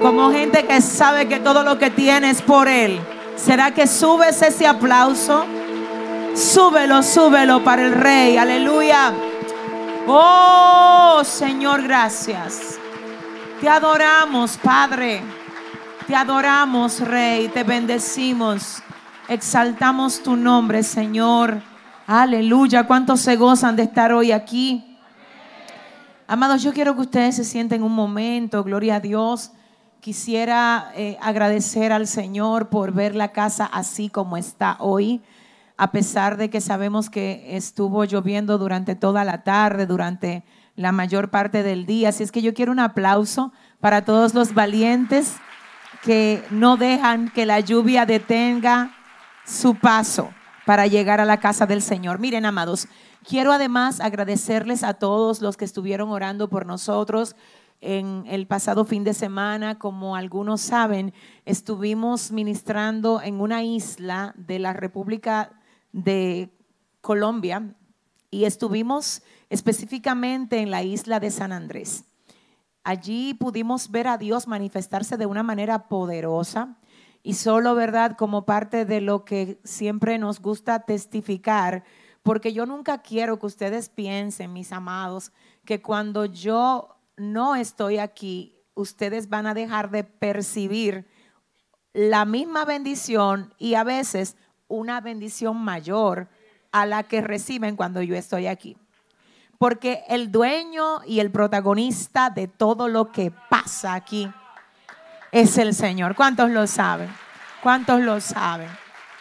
como gente que sabe que todo lo que tiene es por Él. ¿Será que subes ese aplauso? Súbelo, súbelo para el Rey. Aleluya. Oh, Señor, gracias. Te adoramos, Padre. Te adoramos, Rey. Te bendecimos. Exaltamos tu nombre, Señor. Aleluya. ¿Cuántos se gozan de estar hoy aquí? Amados, yo quiero que ustedes se sienten un momento. Gloria a Dios. Quisiera agradecer al Señor por ver la casa así como está hoy. A pesar de que sabemos que estuvo lloviendo durante toda la tarde, durante la mayor parte del día. Así es que yo quiero un aplauso para todos los valientes que no dejan que la lluvia detenga su paso para llegar a la casa del Señor. Miren, amados, quiero además agradecerles a todos los que estuvieron orando por nosotros en el pasado fin de semana. Como algunos saben, estuvimos ministrando en una isla de la República de Colombia y estuvimos específicamente en la isla de San Andrés. Allí pudimos ver a Dios manifestarse de una manera poderosa y solo, ¿verdad?, como parte de lo que siempre nos gusta testificar, porque yo nunca quiero que ustedes piensen, mis amados, que cuando yo no estoy aquí, ustedes van a dejar de percibir la misma bendición y a veces una bendición mayor a la que reciben cuando yo estoy aquí. Porque el dueño y el protagonista de todo lo que pasa aquí es el Señor. ¿Cuántos lo saben? ¿Cuántos lo saben?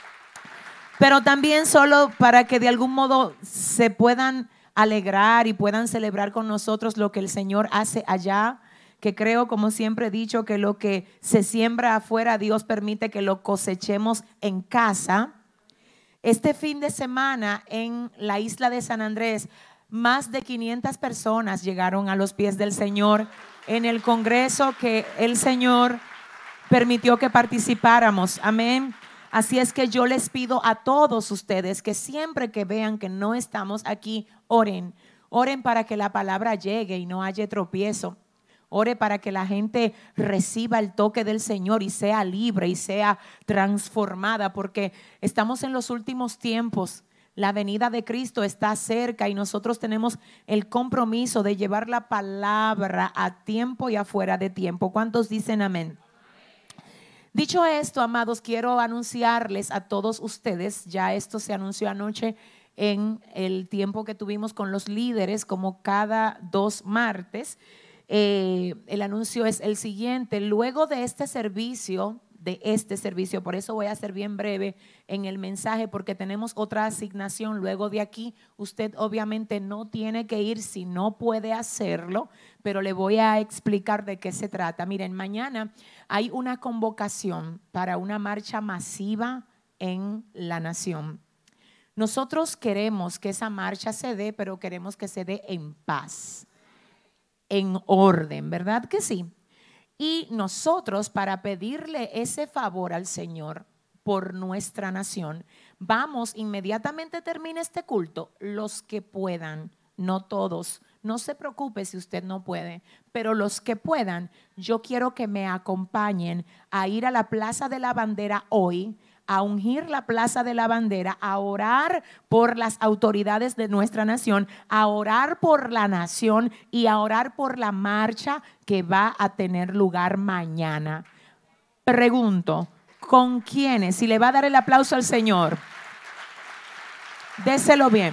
Pero también solo para que de algún modo se puedan alegrar y puedan celebrar con nosotros lo que el Señor hace allá, que creo, como siempre he dicho, que lo que se siembra afuera, Dios permite que lo cosechemos en casa. Este fin de semana en la isla de San Andrés, más de 500 personas llegaron a los pies del Señor en el congreso que el Señor permitió que participáramos. Amén. Así es que yo les pido a todos ustedes que siempre que vean que no estamos aquí, oren. Oren para que la palabra llegue y no haya tropiezo. Ore para que la gente reciba el toque del Señor y sea libre y sea transformada, porque estamos en los últimos tiempos. La venida de Cristo está cerca y nosotros tenemos el compromiso de llevar la palabra a tiempo y afuera de tiempo. ¿Cuántos dicen amén? Dicho esto, amados, quiero anunciarles a todos ustedes, ya esto se anunció anoche en el tiempo que tuvimos con los líderes, como cada 2 martes. El anuncio es el siguiente: luego de este servicio, por eso voy a ser bien breve en el mensaje, porque tenemos otra asignación luego de aquí. Usted obviamente no tiene que ir si no puede hacerlo, pero le voy a explicar de qué se trata. Miren, mañana hay una convocación para una marcha masiva en la nación. Nosotros queremos que esa marcha se dé, pero queremos que se dé en paz, en orden, ¿verdad que sí? Y nosotros, para pedirle ese favor al Señor por nuestra nación, vamos, inmediatamente termine este culto, los que puedan, no todos, no se preocupe si usted no puede, pero los que puedan, yo quiero que me acompañen a ir a la Plaza de la Bandera hoy, a ungir la Plaza de la Bandera, a orar por las autoridades de nuestra nación, a orar por la nación y a orar por la marcha que va a tener lugar mañana. Pregunto, ¿con quiénes? Si le va a dar el aplauso al Señor, déselo bien.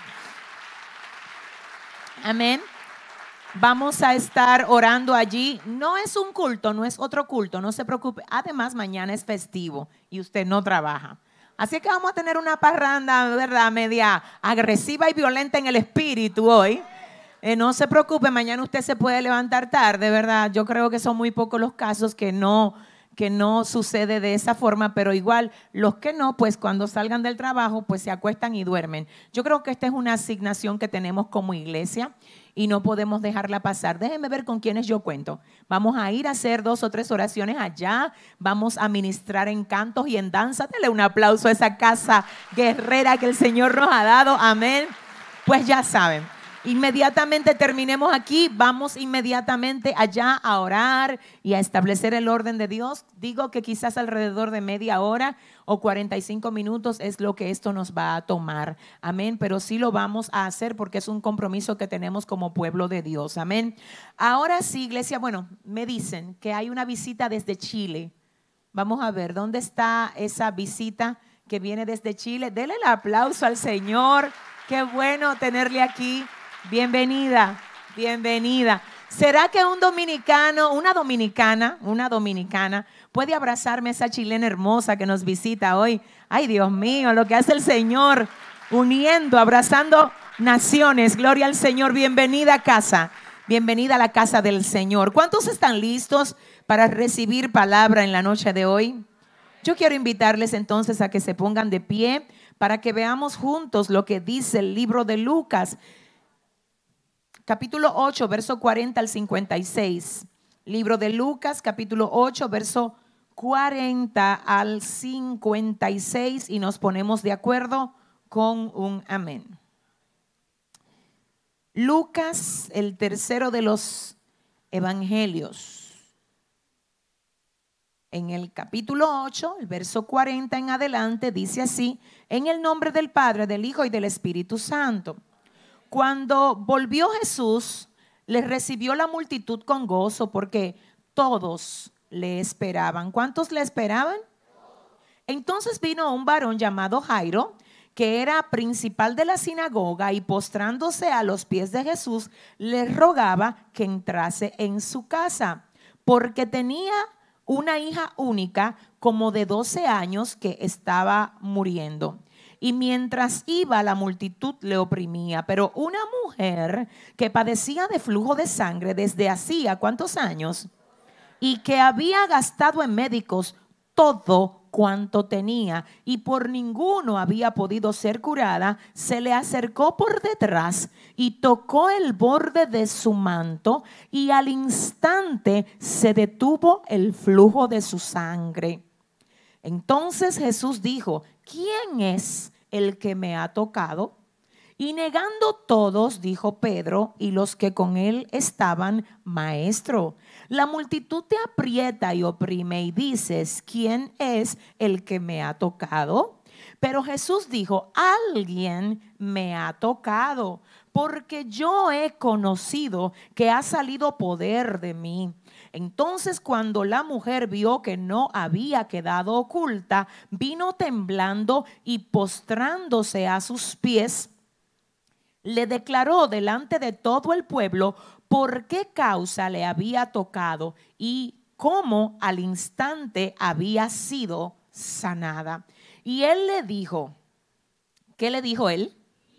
Amén. Vamos a estar orando allí. No es un culto, no es otro culto, no se preocupe. Además, mañana es festivo y usted no trabaja. Así que vamos a tener una parranda, ¿verdad?, media agresiva y violenta en el espíritu hoy. No se preocupe, mañana usted se puede levantar tarde, ¿verdad? Yo creo que son muy pocos los casos que no sucede de esa forma, pero igual los que no, pues cuando salgan del trabajo, pues se acuestan y duermen. Yo creo que esta es una asignación que tenemos como iglesia y no podemos dejarla pasar. Déjenme ver con quiénes yo cuento. Vamos a ir a hacer 2 o 3 oraciones allá. Vamos a ministrar en cantos y en danza. Dele un aplauso a esa casa guerrera que el Señor nos ha dado. Amén. Pues ya saben. inmediatamente terminemos aquí, vamos inmediatamente allá a orar y a establecer el orden de Dios. Digo que quizás alrededor de media hora o 45 minutos es lo que esto nos va a tomar. Amén, pero sí lo vamos a hacer porque es un compromiso que tenemos como pueblo de Dios. Amén. Ahora sí, iglesia, bueno, me dicen que hay una visita desde Chile. Vamos a ver, ¿dónde está esa visita que viene desde Chile? Denle el aplauso al Señor. Qué bueno tenerle aquí. Bienvenida, bienvenida. ¿Será que un dominicano, una dominicana puede abrazarme a esa chilena hermosa que nos visita hoy? Ay, Dios mío, lo que hace el Señor, uniendo, abrazando naciones. Gloria al Señor. Bienvenida a casa. Bienvenida a la casa del Señor. ¿Cuántos están listos para recibir palabra en la noche de hoy? Yo quiero invitarles entonces a que se pongan de pie para que veamos juntos lo que dice el libro de Lucas, capítulo 8, verso 40 al 56. Libro de Lucas, capítulo 8, verso 40 al 56, y nos ponemos de acuerdo con un amén. Lucas, el tercero de los evangelios. En el capítulo 8, el verso 40 en adelante, dice así: en el nombre del Padre, del Hijo y del Espíritu Santo. Cuando volvió Jesús, les recibió la multitud con gozo porque todos le esperaban. ¿Cuántos le esperaban? Entonces vino un varón llamado Jairo, que era principal de la sinagoga, y postrándose a los pies de Jesús, le rogaba que entrase en su casa, porque tenía una hija única como de 12 años que estaba muriendo. Y mientras iba, la multitud le oprimía. Pero una mujer que padecía de flujo de sangre desde hacía ¿cuántos años? Y que había gastado en médicos todo cuanto tenía y por ninguno había podido ser curada, se le acercó por detrás y tocó el borde de su manto, y al instante se detuvo el flujo de su sangre. Entonces Jesús dijo: ¿quién es el que me ha tocado? Y negando todos, dijo Pedro y los que con él estaban: Maestro, la multitud te aprieta y oprime y dices: ¿quién es el que me ha tocado? Pero Jesús dijo: alguien me ha tocado, porque yo he conocido que ha salido poder de mí. Entonces, cuando la mujer vio que no había quedado oculta, vino temblando y postrándose a sus pies, le declaró delante de todo el pueblo por qué causa le había tocado y cómo al instante había sido sanada. Y él le dijo, ¿qué le dijo él?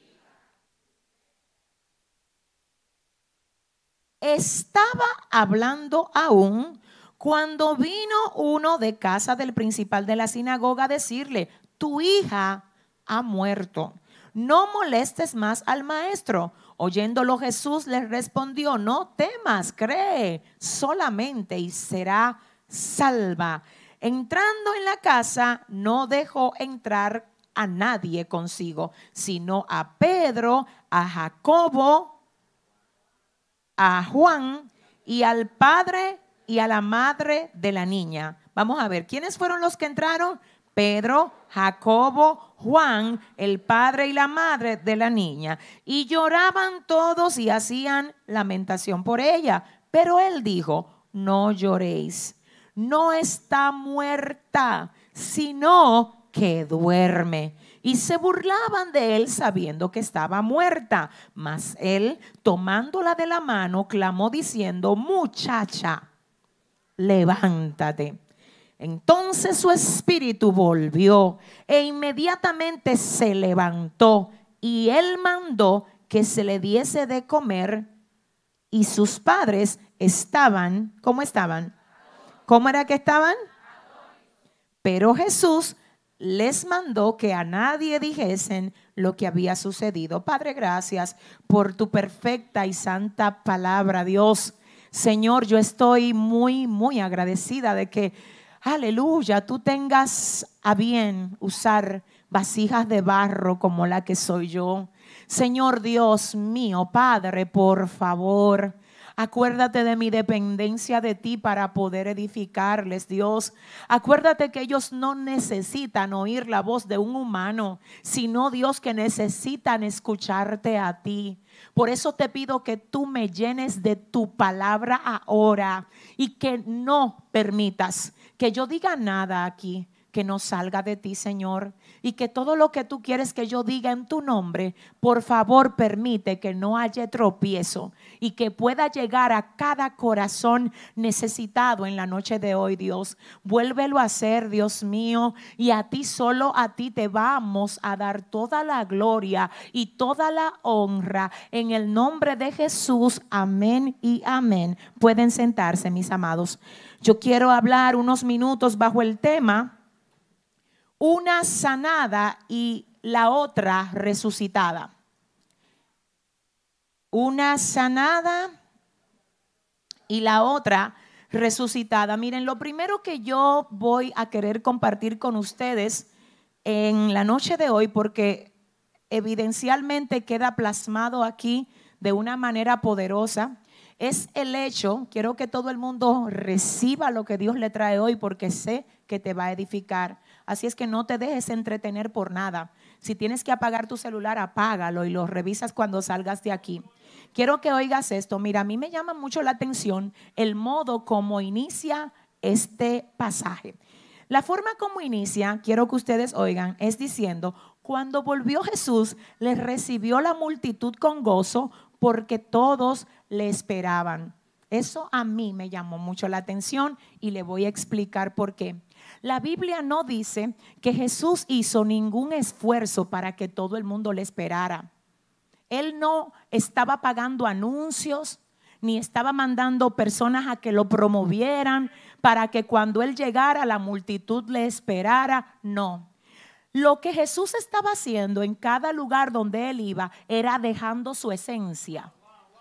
Estaba hablando aún cuando vino uno de casa del principal de la sinagoga a decirle: tu hija ha muerto, no molestes más al maestro. Oyéndolo, Jesús les respondió: no temas, cree solamente y será salva. Entrando en la casa, no dejó entrar a nadie consigo, sino a Pedro, a Jacobo, a Juan y al padre y a la madre de la niña. Vamos a ver, ¿quiénes fueron los que entraron? Pedro, Jacobo, Juan, el padre y la madre de la niña. Y lloraban todos y hacían lamentación por ella. Pero él dijo: no lloréis, no está muerta, sino que duerme. Y se burlaban de él sabiendo que estaba muerta. Mas él, tomándola de la mano, clamó diciendo: muchacha, levántate. Entonces su espíritu volvió e inmediatamente se levantó, y él mandó que se le diese de comer. Y sus padres estaban, ¿cómo estaban? ¿Cómo era que estaban? Pero Jesús les mandó que a nadie dijesen lo que había sucedido. Padre, gracias por tu perfecta y santa palabra, Dios. Señor, yo estoy muy agradecida de que, aleluya, tú tengas a bien usar vasijas de barro como la que soy yo. Señor Dios mío, Padre, por favor, acuérdate de mi dependencia de ti para poder edificarles, Dios. Acuérdate que ellos no necesitan oír la voz de un humano, sino, Dios, que necesitan escucharte a ti. Por eso te pido que tú me llenes de tu palabra ahora y que no permitas que yo diga nada aquí que no salga de ti, Señor, y que todo lo que tú quieres que yo diga en tu nombre, por favor permite que no haya tropiezo y que pueda llegar a cada corazón necesitado en la noche de hoy, Dios. Vuélvelo a hacer, Dios mío, y a ti, solo a ti te vamos a dar toda la gloria y toda la honra en el nombre de Jesús. Amén y amén. Pueden sentarse, mis amados. Yo quiero hablar unos minutos bajo el tema una sanada y la otra resucitada. Una sanada y la otra resucitada. Miren, lo primero que yo voy a querer compartir con ustedes en la noche de hoy, porque evidencialmente queda plasmado aquí de una manera poderosa, es el hecho, quiero que todo el mundo reciba lo que Dios le trae hoy, porque sé que te va a edificar. Así es que no te dejes entretener por nada. Si tienes que apagar tu celular, apágalo y lo revisas cuando salgas de aquí. Quiero que oigas esto. Mira, a mí me llama mucho la atención el modo como inicia este pasaje. La forma como inicia, quiero que ustedes oigan, es diciendo: cuando volvió Jesús, les recibió la multitud con gozo, porque todos le esperaban. Eso a mí me llamó mucho la atención y le voy a explicar por qué. La Biblia no dice que Jesús hizo ningún esfuerzo para que todo el mundo le esperara. Él no estaba pagando anuncios, ni estaba mandando personas a que lo promovieran para que cuando él llegara la multitud le esperara. No. Lo que Jesús estaba haciendo en cada lugar donde él iba era dejando su esencia.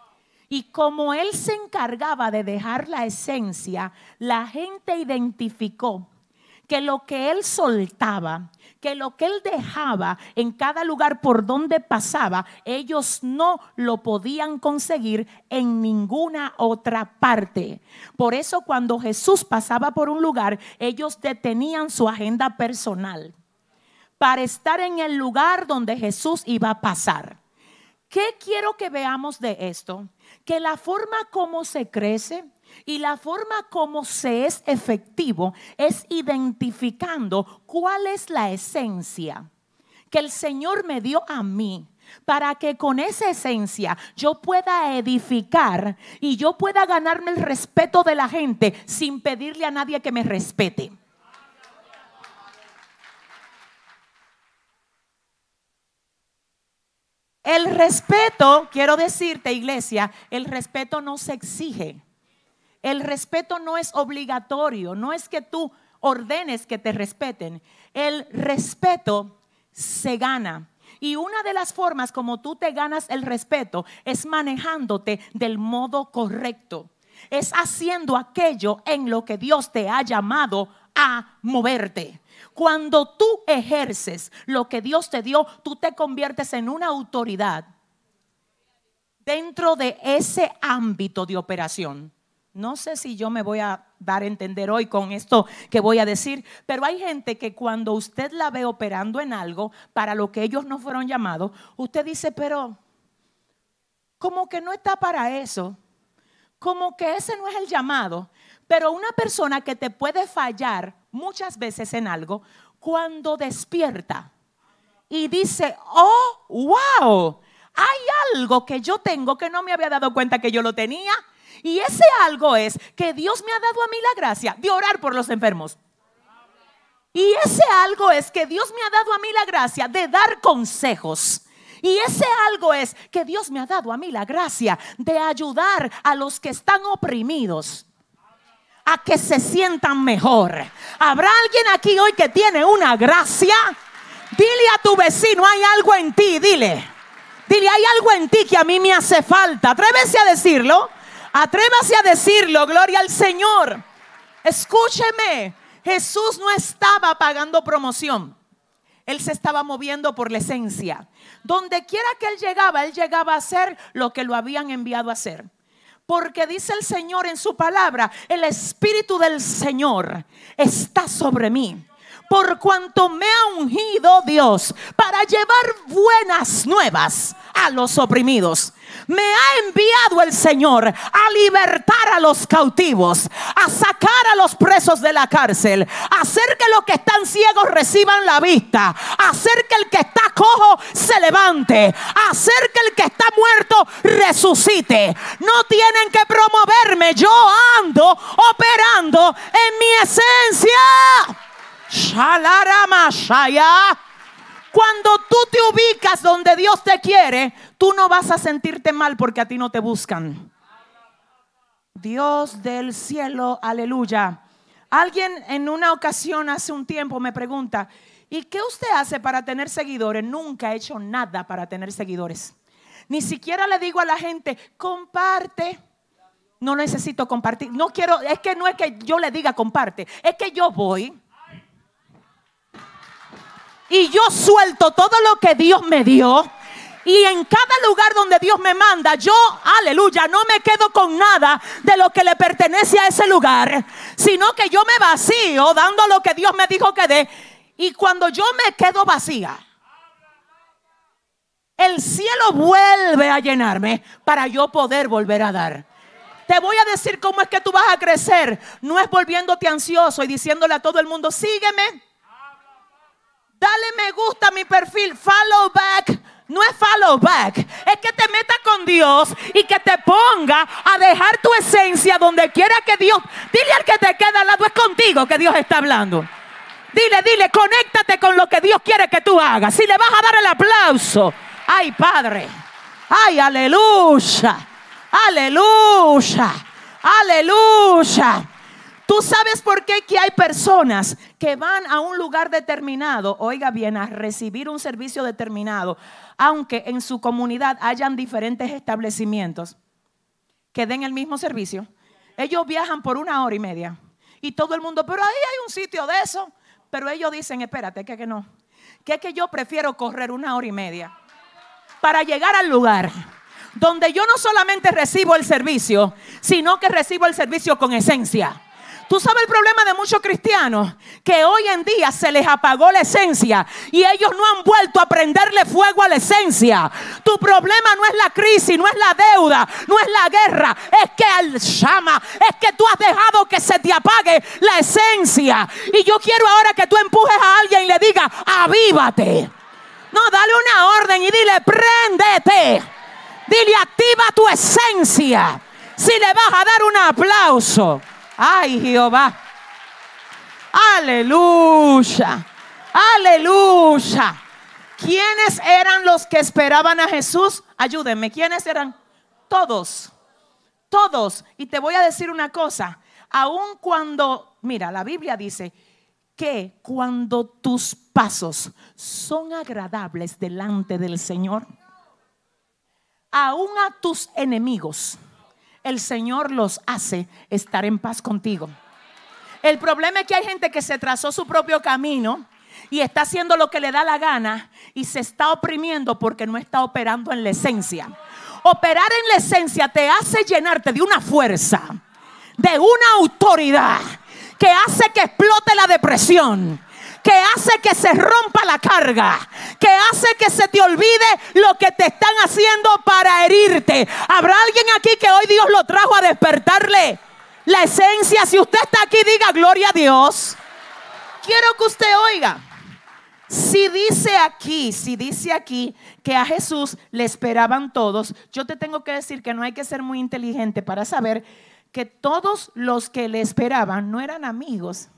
Y como él se encargaba de dejar la esencia, la gente identificó que lo que él soltaba, que lo que él dejaba en cada lugar por donde pasaba, ellos no lo podían conseguir en ninguna otra parte. Por eso cuando Jesús pasaba por un lugar, ellos detenían su agenda personal para estar en el lugar donde Jesús iba a pasar. ¿Qué quiero que veamos de esto? Que la forma como se crece y la forma como se es efectivo es identificando cuál es la esencia que el Señor me dio a mí, para que con esa esencia yo pueda edificar y yo pueda ganarme el respeto de la gente sin pedirle a nadie que me respete. El respeto, quiero decirte, iglesia, el respeto no se exige. El respeto no es obligatorio, no es que tú ordenes que te respeten. El respeto se gana. Y una de las formas como tú te ganas el respeto es manejándote del modo correcto. Es haciendo aquello en lo que Dios te ha llamado a moverte. Cuando tú ejerces lo que Dios te dio, tú te conviertes en una autoridad dentro de ese ámbito de operación. No sé si yo me voy a dar a entender hoy con esto que voy a decir, pero hay gente que cuando usted la ve operando en algo para lo que ellos no fueron llamados, usted dice, pero como que no está para eso, como que ese no es el llamado. Pero una persona que te puede fallar muchas veces en algo, cuando despierta y dice, oh, wow, hay algo que yo tengo que no me había dado cuenta que yo lo tenía. Y ese algo es que Dios me ha dado a mí la gracia de orar por los enfermos. Y ese algo es que Dios me ha dado a mí la gracia de dar consejos. Y ese algo es que Dios me ha dado a mí la gracia de ayudar a los que están oprimidos a que se sientan mejor. ¿Habrá alguien aquí hoy que tiene una gracia? Dile a tu vecino, hay algo en ti, dile, hay algo en ti que a mí me hace falta. Atrévese a decirlo. Atrévase a decirlo, gloria al Señor. Escúcheme, Jesús no estaba pagando promoción. Él se estaba moviendo por la esencia. Donde quiera que él llegaba a hacer lo que lo habían enviado a hacer. Porque dice el Señor en su palabra: el Espíritu del Señor está sobre mí, por cuanto me ha ungido Dios para llevar buenas nuevas a los oprimidos. Me ha enviado el Señor a libertar a los cautivos, a sacar a los presos de la cárcel, a hacer que los que están ciegos reciban la vista, a hacer que el que está cojo se levante, a hacer que el que está muerto resucite. No tienen que promoverme, yo ando operando en mi esencia. Shalaramashaya. Cuando tú te ubicas donde Dios te quiere, tú no vas a sentirte mal porque a ti no te buscan. Dios del cielo, aleluya. Alguien en una ocasión hace un tiempo me pregunta: ¿y qué usted hace para tener seguidores? Nunca he hecho nada para tener seguidores. Ni siquiera le digo a la gente: comparte. No necesito compartir. No quiero, es que no es que yo le diga comparte, es que yo voy y yo suelto todo lo que Dios me dio. Y en cada lugar donde Dios me manda, yo, aleluya, no me quedo con nada de lo que le pertenece a ese lugar, sino que yo me vacío dando lo que Dios me dijo que dé. Y cuando yo me quedo vacía, el cielo vuelve a llenarme para yo poder volver a dar. Te voy a decir cómo es que tú vas a crecer. No es volviéndote ansioso y diciéndole a todo el mundo: sígueme, dale me gusta a mi perfil, follow back. No es follow back, es que te metas con Dios y que te ponga a dejar tu esencia donde quiera que Dios. Dile al que te queda al lado: es contigo que Dios está hablando. Dile, conéctate con lo que Dios quiere que tú hagas. Si le vas a dar el aplauso, ay Padre, ay aleluya, aleluya, aleluya. ¿Tú sabes por qué que hay personas que van a un lugar determinado, oiga bien, a recibir un servicio determinado, aunque en su comunidad hayan diferentes establecimientos que den el mismo servicio? Ellos viajan por 1 hora y media y todo el mundo: pero ahí hay un sitio de eso. Pero ellos dicen: espérate, que no, que es que yo prefiero correr 1 hora y media para llegar al lugar donde yo no solamente recibo el servicio, sino que recibo el servicio con esencia. ¿Tú sabes el problema de muchos cristianos? Que hoy en día se les apagó la esencia y ellos no han vuelto a prenderle fuego a la esencia. Tu problema no es la crisis, no es la deuda, no es la guerra. Es que al llama, es que tú has dejado que se te apague la esencia. Y yo quiero ahora que tú empujes a alguien y le digas: avívate. No, dale una orden y dile: préndete. Dile: activa tu esencia. Si le vas a dar un aplauso, ay Jehová, aleluya, aleluya. ¿Quiénes eran los que esperaban a Jesús? Ayúdenme, ¿quiénes eran? Todos, todos. Y te voy a decir una cosa: aun cuando, mira, la Biblia dice que cuando tus pasos son agradables delante del Señor, aun a tus enemigos el Señor los hace estar en paz contigo. El problema es que hay gente que se trazó su propio camino y está haciendo lo que le da la gana y se está oprimiendo porque no está operando en la esencia. Operar en la esencia te hace llenarte de una fuerza, de una autoridad que hace que explote la depresión, que hace que se rompa la carga, que hace que se te olvide lo que te están haciendo para herirte. ¿Habrá alguien aquí que hoy Dios lo trajo a despertarle la esencia? Si usted está aquí, diga gloria a Dios. Quiero que usted oiga. Si dice aquí que a Jesús le esperaban todos, yo te tengo que decir que no hay que ser muy inteligente para saber que todos los que le esperaban no eran amigos.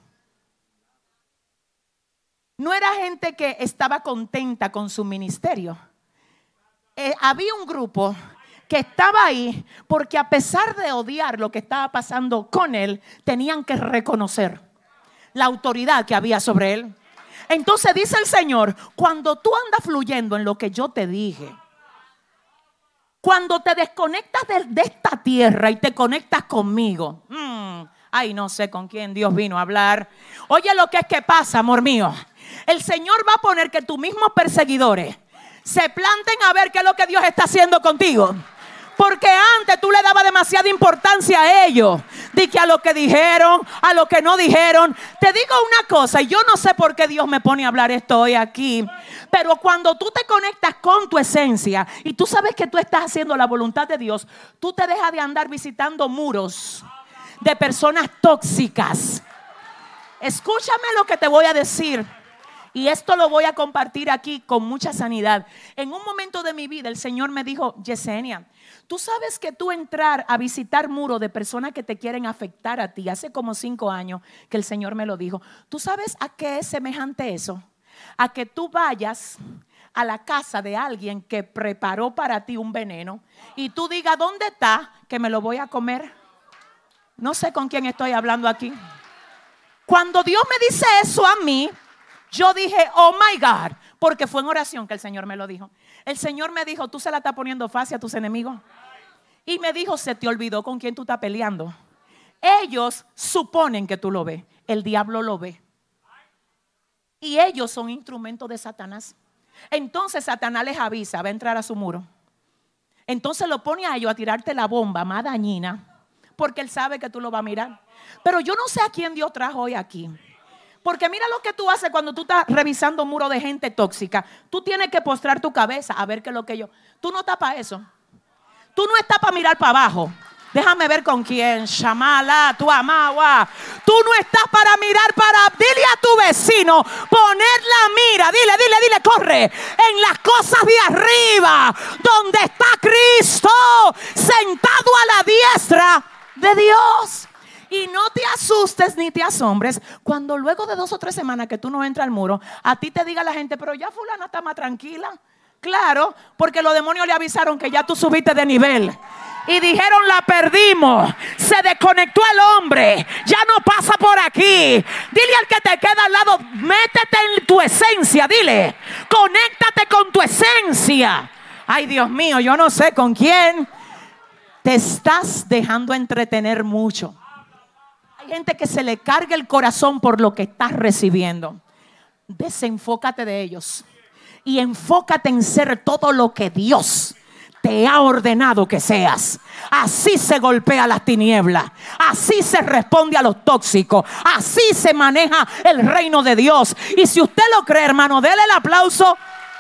No era gente que estaba contenta con su ministerio. Había un grupo que estaba ahí porque, a pesar de odiar lo que estaba pasando con él, tenían que reconocer la autoridad que había sobre él. Entonces dice el Señor: cuando tú andas fluyendo en lo que yo te dije, cuando te desconectas de esta tierra y te conectas conmigo, ay, no sé con quién Dios vino a hablar. Oye lo que es que pasa, amor mío. El Señor va a poner que tus mismos perseguidores se planten a ver qué es lo que Dios está haciendo contigo. Porque antes tú le dabas demasiada importancia a ellos, de que a lo que dijeron, a lo que no dijeron. Te digo una cosa, y yo no sé por qué Dios me pone a hablar esto hoy aquí, pero cuando tú te conectas con tu esencia y tú sabes que tú estás haciendo la voluntad de Dios, tú te dejas de andar visitando muros de personas tóxicas. Escúchame lo que te voy a decir. Y esto lo voy a compartir aquí con mucha sanidad. En un momento de mi vida el Señor me dijo: Yesenia, tú sabes que tú entrar a visitar muros de personas que te quieren afectar a ti. Hace como 5 años que el Señor me lo dijo. ¿Tú sabes a qué es semejante eso? A que tú vayas a la casa de alguien que preparó para ti un veneno y tú digas: ¿dónde está? Que me lo voy a comer. No sé con quién estoy hablando aquí. Cuando Dios me dice eso a mí, yo dije: oh my God, porque fue en oración que el Señor me lo dijo. El Señor me dijo: tú se la estás poniendo fácil a tus enemigos. Y me dijo: se te olvidó con quién tú estás peleando. Ellos suponen que tú lo ves. El diablo lo ve. Y ellos son instrumentos de Satanás. Entonces Satanás les avisa: va a entrar a su muro. Entonces lo pone a ellos a tirarte la bomba más dañina, porque él sabe que tú lo vas a mirar. Pero yo no sé a quién Dios trajo hoy aquí. Porque mira lo que tú haces cuando tú estás revisando un muro de gente tóxica. Tú tienes que postrar tu cabeza a ver qué es lo que yo. Tú no estás para eso. Tú no estás para mirar para abajo. Déjame ver con quién. Shamala, tu amagua. Tú no estás para mirar para. Dile a tu vecino: poner la mira. Dile, corre. En las cosas de arriba, donde está Cristo, sentado a la diestra de Dios. Y no te asustes ni te asombres cuando luego de 2 o 3 semanas que tú no entras al muro, a ti te diga la gente: pero ya fulana está más tranquila. Claro, porque los demonios le avisaron que ya tú subiste de nivel. Y dijeron: la perdimos. Se desconectó el hombre. Ya no pasa por aquí. Dile al que te queda al lado: métete en tu esencia. Dile: conéctate con tu esencia. Ay, Dios mío, yo no sé con quién te estás dejando entretener mucho. Hay gente que se le carga el corazón por lo que estás recibiendo. Desenfócate de ellos y enfócate en ser todo lo que Dios te ha ordenado que seas. Así se golpea las tinieblas. Así se responde a los tóxicos. Así se maneja el reino de Dios. Y si usted lo cree, hermano, déle el aplauso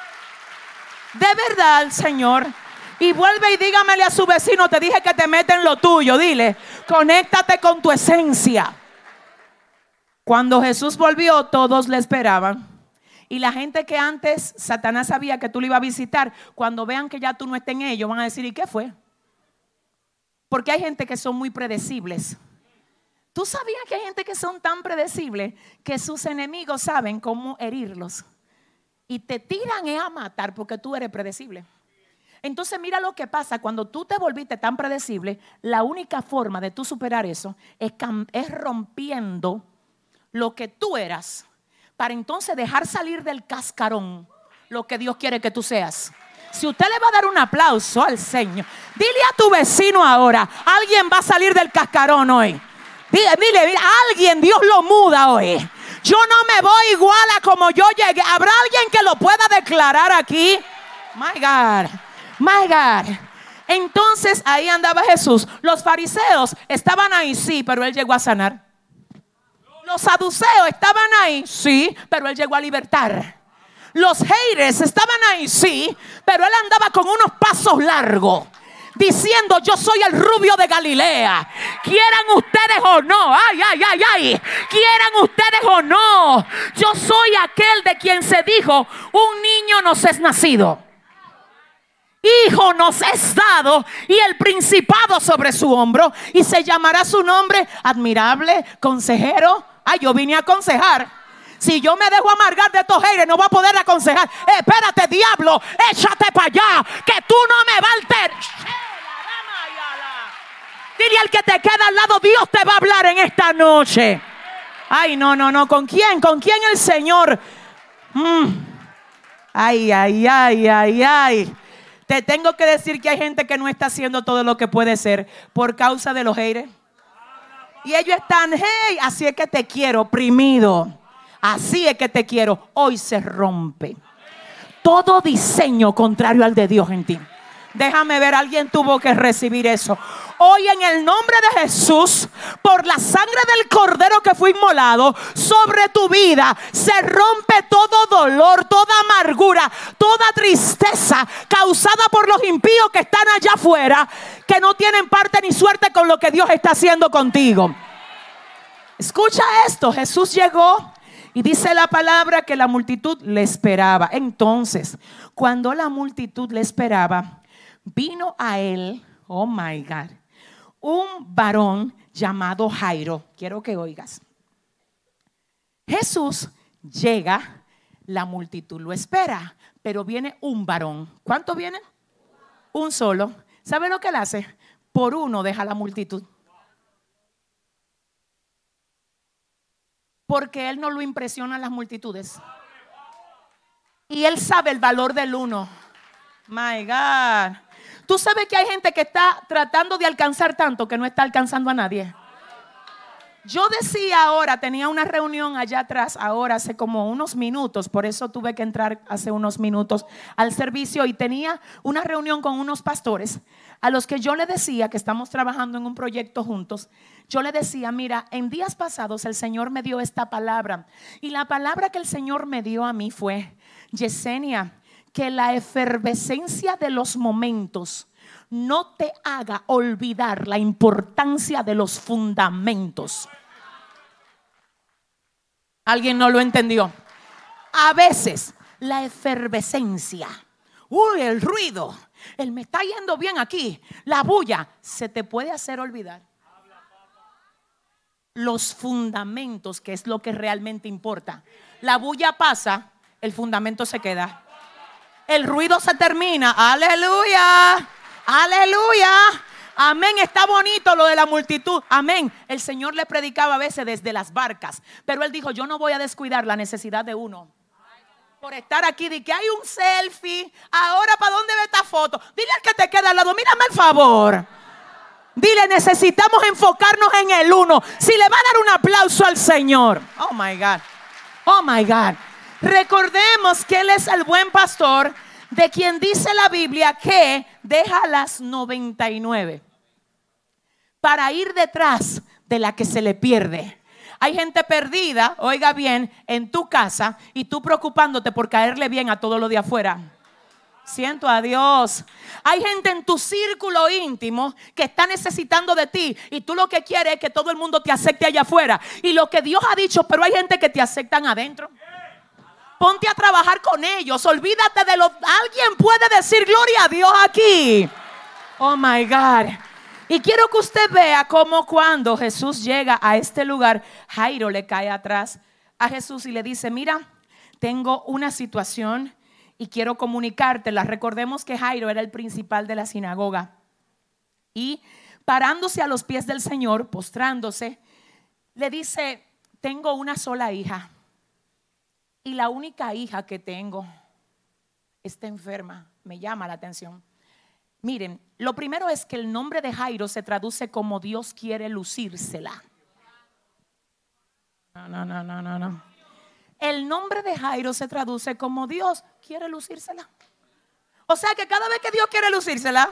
de verdad al Señor. Y vuelve y dígamele a su vecino: te dije que te mete en lo tuyo. Dile: conéctate con tu esencia. Cuando Jesús volvió, todos le esperaban. Y la gente que antes Satanás sabía que tú le ibas a visitar, cuando vean que ya tú no estés en ellos, van a decir: ¿y qué fue? Porque hay gente que son muy predecibles. ¿Tú sabías que hay gente que son tan predecibles que sus enemigos saben cómo herirlos? Y te tiran a matar porque tú eres predecible. Entonces mira lo que pasa cuando tú te volviste tan predecible. La única forma de tú superar eso es rompiendo lo que tú eras, para entonces dejar salir del cascarón lo que Dios quiere que tú seas. Si usted le va a dar un aplauso al Señor, dile a tu vecino ahora: alguien va a salir del cascarón hoy. Dile, alguien, Dios lo muda hoy. Yo no me voy igual a como yo llegué. ¿Habrá alguien que lo pueda declarar aquí? My God. My God. Entonces ahí andaba Jesús. Los fariseos estaban ahí, sí, pero él llegó a sanar. Los saduceos estaban ahí, sí, pero él llegó a libertar. Los haters estaban ahí, sí, pero él andaba con unos pasos largos, diciendo: yo soy el rubio de Galilea. Quieran ustedes o no. Quieran ustedes o no, yo soy aquel de quien se dijo: un niño nos es nacido, hijo nos es dado, y el principado sobre su hombro, y se llamará su nombre Admirable, Consejero. Yo vine a aconsejar. Si yo me dejo amargar de estos haters, no voy a poder aconsejar. Espérate, diablo, échate para allá, que tú no me vas a alterar. Dile al que te queda al lado: Dios te va a hablar en esta noche. Ay, no, ¿con quién? ¿Con quién el Señor? Ay. Te tengo que decir que hay gente que no está haciendo todo lo que puede ser por causa de los haters. Y ellos están: hey, así es que te quiero, oprimido. Así es que te quiero. Hoy se rompe todo diseño contrario al de Dios en ti. Déjame ver, alguien tuvo que recibir eso. Hoy en el nombre de Jesús, por la sangre del Cordero que fue inmolado sobre tu vida, se rompe todo dolor, toda amargura, toda tristeza causada por los impíos que están allá afuera, que no tienen parte ni suerte con lo que Dios está haciendo contigo. Escucha esto, Jesús llegó y dice la palabra que la multitud le esperaba. Entonces, cuando la multitud le esperaba, vino a él, oh my God, un varón llamado Jairo. Quiero que oigas. Jesús llega, la multitud lo espera, pero viene un varón. ¿Cuántos vienen? Un solo. ¿Sabe lo que él hace? Por uno deja la multitud. Porque él no lo impresiona a las multitudes. Y él sabe el valor del uno. My God. Tú sabes que hay gente que está tratando de alcanzar tanto que no está alcanzando a nadie. Yo decía ahora, tenía una reunión allá atrás, ahora hace como unos minutos, por eso tuve que entrar hace unos minutos al servicio, y tenía una reunión con unos pastores a los que yo le decía que estamos trabajando en un proyecto juntos. Yo le decía, mira, en días pasados el Señor me dio esta palabra, y la palabra que el Señor me dio a mí fue: Yesenia, que la efervescencia de los momentos no te haga olvidar la importancia de los fundamentos. ¿Alguien no lo entendió? A veces la efervescencia, el ruido, el me está yendo bien aquí, la bulla, se te puede hacer olvidar los fundamentos, que es lo que realmente importa. La bulla pasa, el fundamento se queda. El ruido se termina. Aleluya, aleluya, amén. Está bonito lo de la multitud, amén. El Señor le predicaba a veces desde las barcas, pero él dijo: yo no voy a descuidar la necesidad de uno por estar aquí. De que hay un selfie, ahora ¿para dónde ve esta foto? Dile al que te queda al lado: mírame el favor. Dile: necesitamos enfocarnos en el uno. Si le va a dar un aplauso al Señor. Oh my God, oh my God. Recordemos que Él es el buen pastor, de quien dice la Biblia que deja las 99 para ir detrás de la que se le pierde. Hay gente perdida, oiga bien, en tu casa, y tú preocupándote por caerle bien a todo lo de afuera. Siento a Dios. Hay gente en tu círculo íntimo que está necesitando de ti, y tú lo que quieres es que todo el mundo te acepte allá afuera, y lo que Dios ha dicho, pero hay gente que te aceptan adentro. Ponte a trabajar con ellos. Olvídate de lo. Alguien puede decir gloria a Dios aquí. Oh my God. Y quiero que usted vea cómo cuando Jesús llega a este lugar, Jairo le cae atrás a Jesús y le dice: mira, tengo una situación y quiero comunicártela. Recordemos que Jairo era el principal de la sinagoga, y parándose a los pies del Señor, postrándose, le dice: tengo una sola hija, y la única hija que tengo está enferma. Me llama la atención. Miren, lo primero es que el nombre de Jairo se traduce como Dios quiere lucírsela. No. El nombre de Jairo se traduce como Dios quiere lucírsela. O sea que cada vez que Dios quiere lucírsela,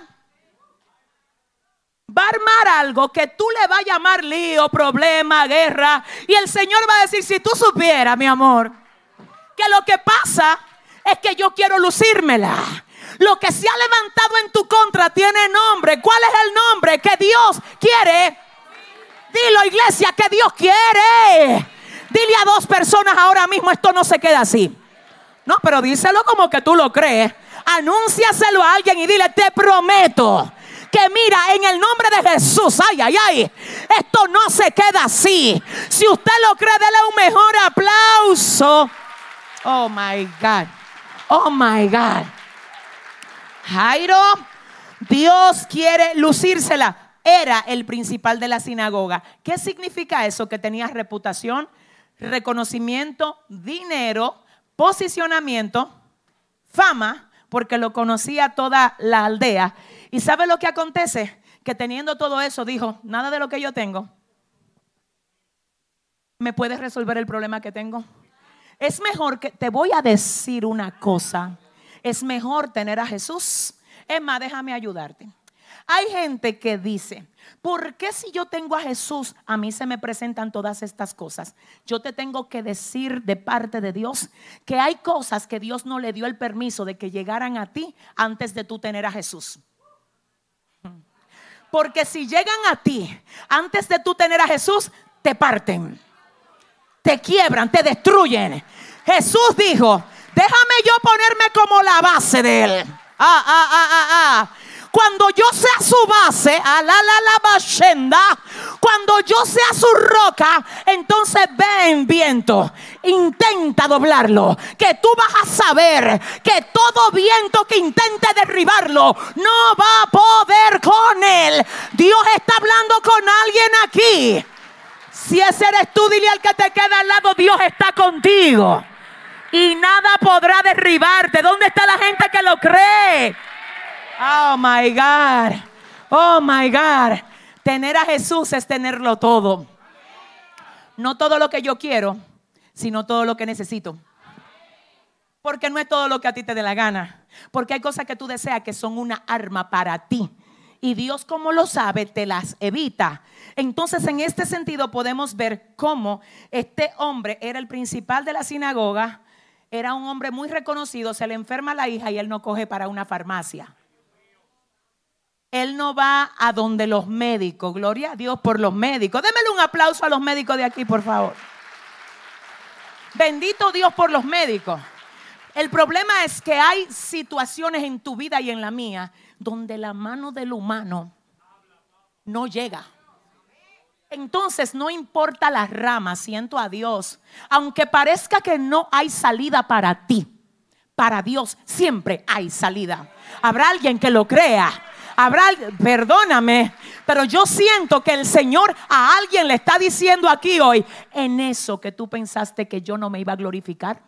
va a armar algo que tú le vas a llamar lío, problema, guerra. Y el Señor va a decir: si tú supieras, mi amor, que lo que pasa es que yo quiero lucírmela. Lo que se ha levantado en tu contra tiene nombre. ¿Cuál es el nombre? Que Dios quiere. Dilo, iglesia, que Dios quiere. Dile a dos personas ahora mismo: esto no se queda así. No, pero díselo como que tú lo crees. Anúnciaselo a alguien y dile: te prometo que mira, en el nombre de Jesús, ay, esto no se queda así. Si usted lo cree, dele un mejor aplauso. Oh my God, oh my God. Jairo, Dios quiere lucírsela. Era el principal de la sinagoga. ¿Qué significa eso? Que tenía reputación, reconocimiento, dinero, posicionamiento, fama, porque lo conocía toda la aldea. ¿Y sabe lo que acontece? Que teniendo todo eso dijo: nada de lo que yo tengo me puede resolver el problema que tengo. Es mejor que, te voy a decir una cosa, es mejor tener a Jesús. Es más, déjame ayudarte. Hay gente que dice, ¿por qué si yo tengo a Jesús a mí se me presentan todas estas cosas? Yo te tengo que decir de parte de Dios que hay cosas que Dios no le dio el permiso de que llegaran a ti antes de tú tener a Jesús. Porque si llegan a ti antes de tú tener a Jesús, te parten, te quiebran, te destruyen. Jesús dijo, déjame yo ponerme como la base de él. Cuando yo sea su base, cuando yo sea su roca, entonces ven viento, intenta doblarlo, que tú vas a saber que todo viento que intente derribarlo no va a poder con él. Dios está hablando con alguien aquí. Si ese eres tú, dile al que te queda al lado, Dios está contigo y nada podrá derribarte. ¿Dónde está la gente que lo cree? Oh my God, oh my God. Tener a Jesús es tenerlo todo. No todo lo que yo quiero, sino todo lo que necesito. Porque no es todo lo que a ti te dé la gana. Porque hay cosas que tú deseas que son una arma para ti. Y Dios, como lo sabe, te las evita. Entonces, en este sentido podemos ver cómo este hombre era el principal de la sinagoga. Era un hombre muy reconocido. Se le enferma la hija y él no coge para una farmacia. Él no va a donde los médicos. Gloria a Dios por los médicos. Démele un aplauso a los médicos de aquí, por favor. Bendito Dios por los médicos. El problema es que hay situaciones en tu vida y en la mía donde la mano del humano no llega. Entonces no importa las ramas, siento a Dios. Aunque parezca que no hay salida para ti, para Dios siempre hay salida. Habrá alguien que lo crea. Perdóname, pero yo siento que el Señor a alguien le está diciendo aquí hoy: en eso que tú pensaste que yo no me iba a glorificar,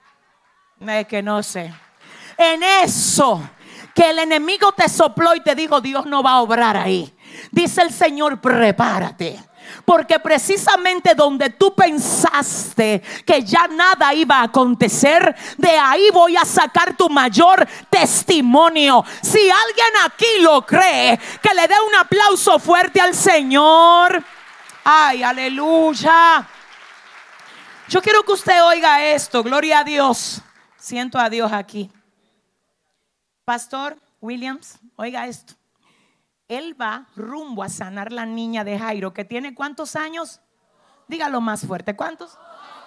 es que no sé. En eso que el enemigo te sopló y te dijo, Dios no va a obrar ahí, dice el Señor, prepárate. Porque precisamente donde tú pensaste que ya nada iba a acontecer, de ahí voy a sacar tu mayor testimonio. Si alguien aquí lo cree, que le dé un aplauso fuerte al Señor. Ay, aleluya. Yo quiero que usted oiga esto, gloria a Dios. Siento a Dios aquí. Pastor Williams, oiga esto. Él va rumbo a sanar la niña de Jairo, que tiene ¿cuántos años? Dígalo más fuerte, ¿cuántos?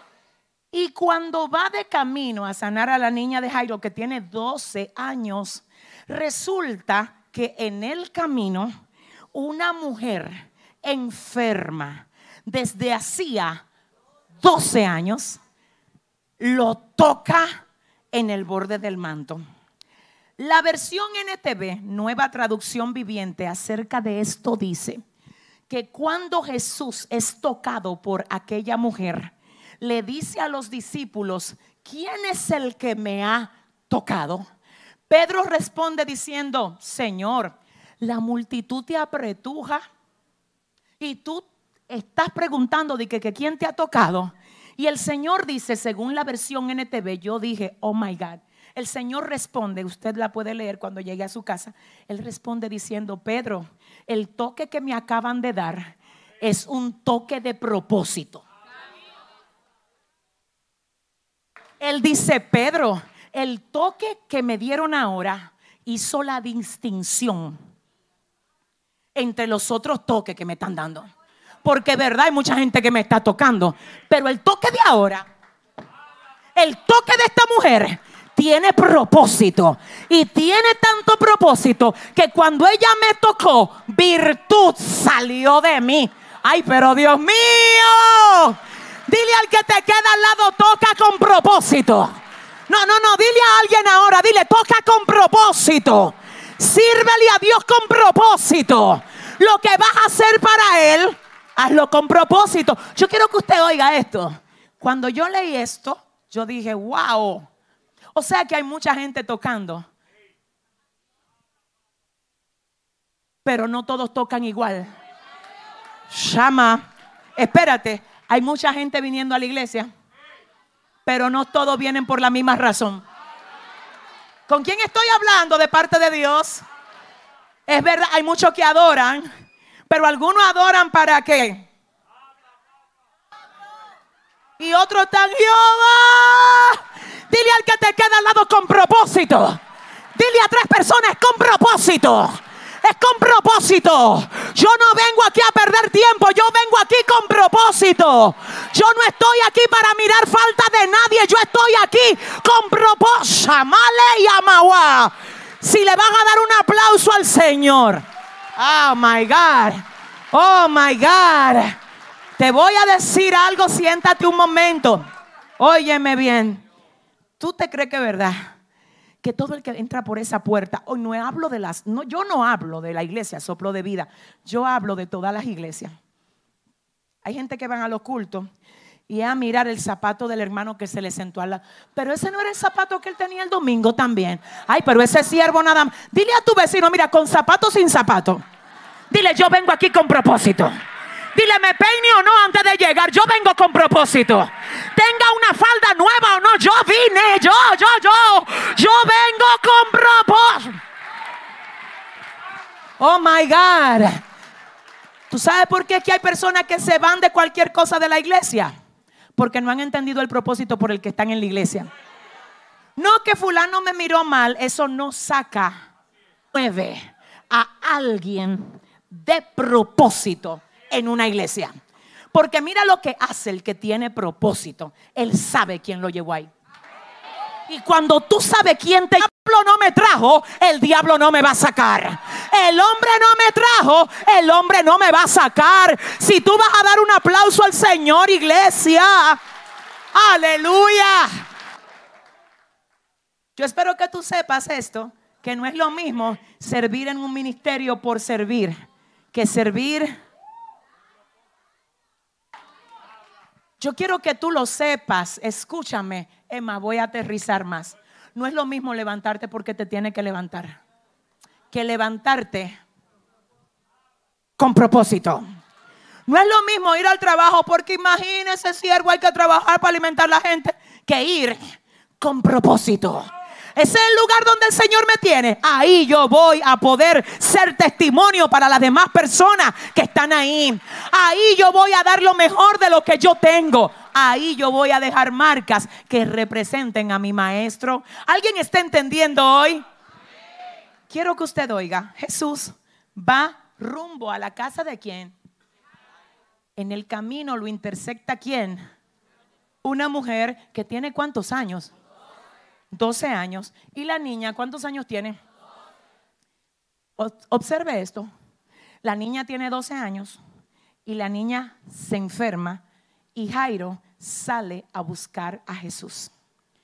Y cuando va de camino a sanar a la niña de Jairo, que tiene 12 años, resulta que en el camino una mujer enferma desde hacía 12 años lo toca en el borde del manto. La versión NTV, Nueva Traducción Viviente, acerca de esto dice que cuando Jesús es tocado por aquella mujer, le dice a los discípulos, ¿quién es el que me ha tocado? Pedro responde diciendo, Señor, la multitud te apretuja y tú estás preguntando de que quién te ha tocado. Y el Señor dice, según la versión NTV, yo dije, oh my God. El Señor responde, usted la puede leer cuando llegue a su casa. Él responde diciendo, Pedro, el toque que me acaban de dar es un toque de propósito. Él dice, Pedro, el toque que me dieron ahora hizo la distinción entre los otros toques que me están dando. Porque verdad hay mucha gente que me está tocando, pero el toque de ahora, el toque de esta mujer tiene propósito. Y tiene tanto propósito que cuando ella me tocó, virtud salió de mí. Ay, pero Dios mío, dile al que te queda al lado, toca con propósito. No, dile a alguien ahora, dile, toca con propósito. Sírvele a Dios con propósito. Lo que vas a hacer para Él, hazlo con propósito. Yo quiero que usted oiga esto. Cuando yo leí esto, yo dije, wow. O sea que hay mucha gente tocando, pero no todos tocan igual. Llama, espérate, hay mucha gente viniendo a la iglesia, pero no todos vienen por la misma razón. ¿Con quién estoy hablando de parte de Dios? Es verdad, hay muchos que adoran, pero algunos adoran ¿para qué? Y otros están, Jehová. Dile al que te queda al lado, con propósito. Dile a 3 personas, con propósito. Es con propósito. Yo no vengo aquí a perder tiempo. Yo vengo aquí con propósito. Yo no estoy aquí para mirar falta de nadie. Yo estoy aquí con propósito. Male y amawa. Si le van a dar un aplauso al Señor. Oh my God. Oh my God. Te voy a decir algo. Siéntate un momento. Óyeme bien. ¿Tú te crees que es verdad que todo el que entra por esa puerta, hoy no hablo de yo no hablo de la iglesia Soplo de Vida, yo hablo de todas las iglesias? Hay gente que van a los cultos y a mirar el zapato del hermano que se le sentó al lado, pero ese no era el zapato que él tenía el domingo también. Ay, pero ese siervo nada más. Dile a tu vecino, mira, con zapato o sin zapato. Dile, yo vengo aquí con propósito. Dile, me peine o no antes de llegar, yo vengo con propósito. Tenga una falda nueva o no, yo vine, yo vengo con propósito. Oh my God. ¿Tú sabes por qué aquí hay personas que se van de cualquier cosa de la iglesia? Porque no han entendido el propósito por el que están en la iglesia. No, que fulano me miró mal, eso no mueve a alguien de propósito en una iglesia. Porque mira lo que hace el que tiene propósito. Él sabe quién lo llevó ahí. Y cuando tú sabes quién te... El diablo no me trajo, el diablo no me va a sacar. El hombre no me trajo, el hombre no me va a sacar. Si tú vas a dar un aplauso al Señor, iglesia, aleluya. Yo espero que tú sepas esto, que no es lo mismo servir en un ministerio por servir que servir. Yo quiero que tú lo sepas. Escúchame, Emma, voy a aterrizar más. No es lo mismo levantarte porque te tiene que levantar, que levantarte con propósito. No es lo mismo ir al trabajo porque imagínese, siervo, hay que trabajar para alimentar a la gente, que ir con propósito. Ese es el lugar donde el Señor me tiene. Ahí yo voy a poder ser testimonio para las demás personas que están ahí. Ahí yo voy a dar lo mejor de lo que yo tengo. Ahí yo voy a dejar marcas que representen a mi maestro. ¿Alguien está entendiendo hoy? Quiero que usted oiga. Jesús va rumbo a la casa de ¿quién? En el camino lo intersecta ¿quién? Una mujer que tiene ¿cuántos años? 12 años. ¿Y la niña cuántos años tiene? Observe esto. La niña tiene 12 años y la niña se enferma y Jairo sale a buscar a Jesús.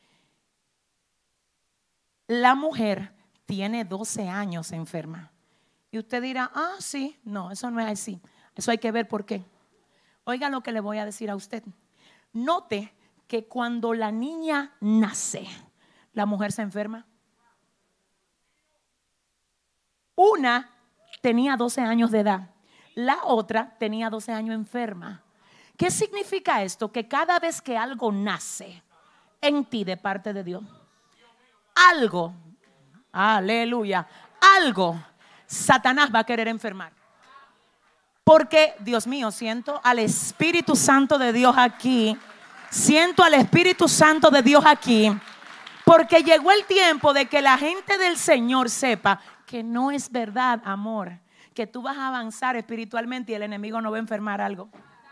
La mujer tiene 12 años enferma. Y usted dirá, sí, no, eso no es así. Eso hay que ver por qué. Oiga lo que le voy a decir a usted. Note que cuando la niña nace, la mujer se enferma. Una tenía 12 años de edad, la otra tenía 12 años enferma. ¿Qué significa esto? Que cada vez que algo nace en ti de parte de Dios, algo, aleluya, algo, Satanás va a querer enfermar. Porque, Dios mío, siento al Espíritu Santo de Dios aquí. Siento al Espíritu Santo de Dios aquí. Porque llegó el tiempo de que la gente del Señor sepa que no es verdad, amor, que tú vas a avanzar espiritualmente y el enemigo no va a enfermar algo.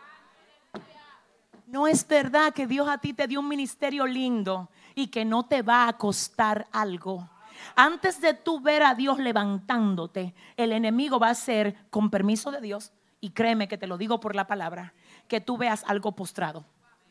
No es verdad que Dios a ti te dio un ministerio lindo y que no te va a costar algo. Antes de tú ver a Dios levantándote, el enemigo va a hacer, con permiso de Dios, y créeme que te lo digo por la palabra, que tú veas algo postrado.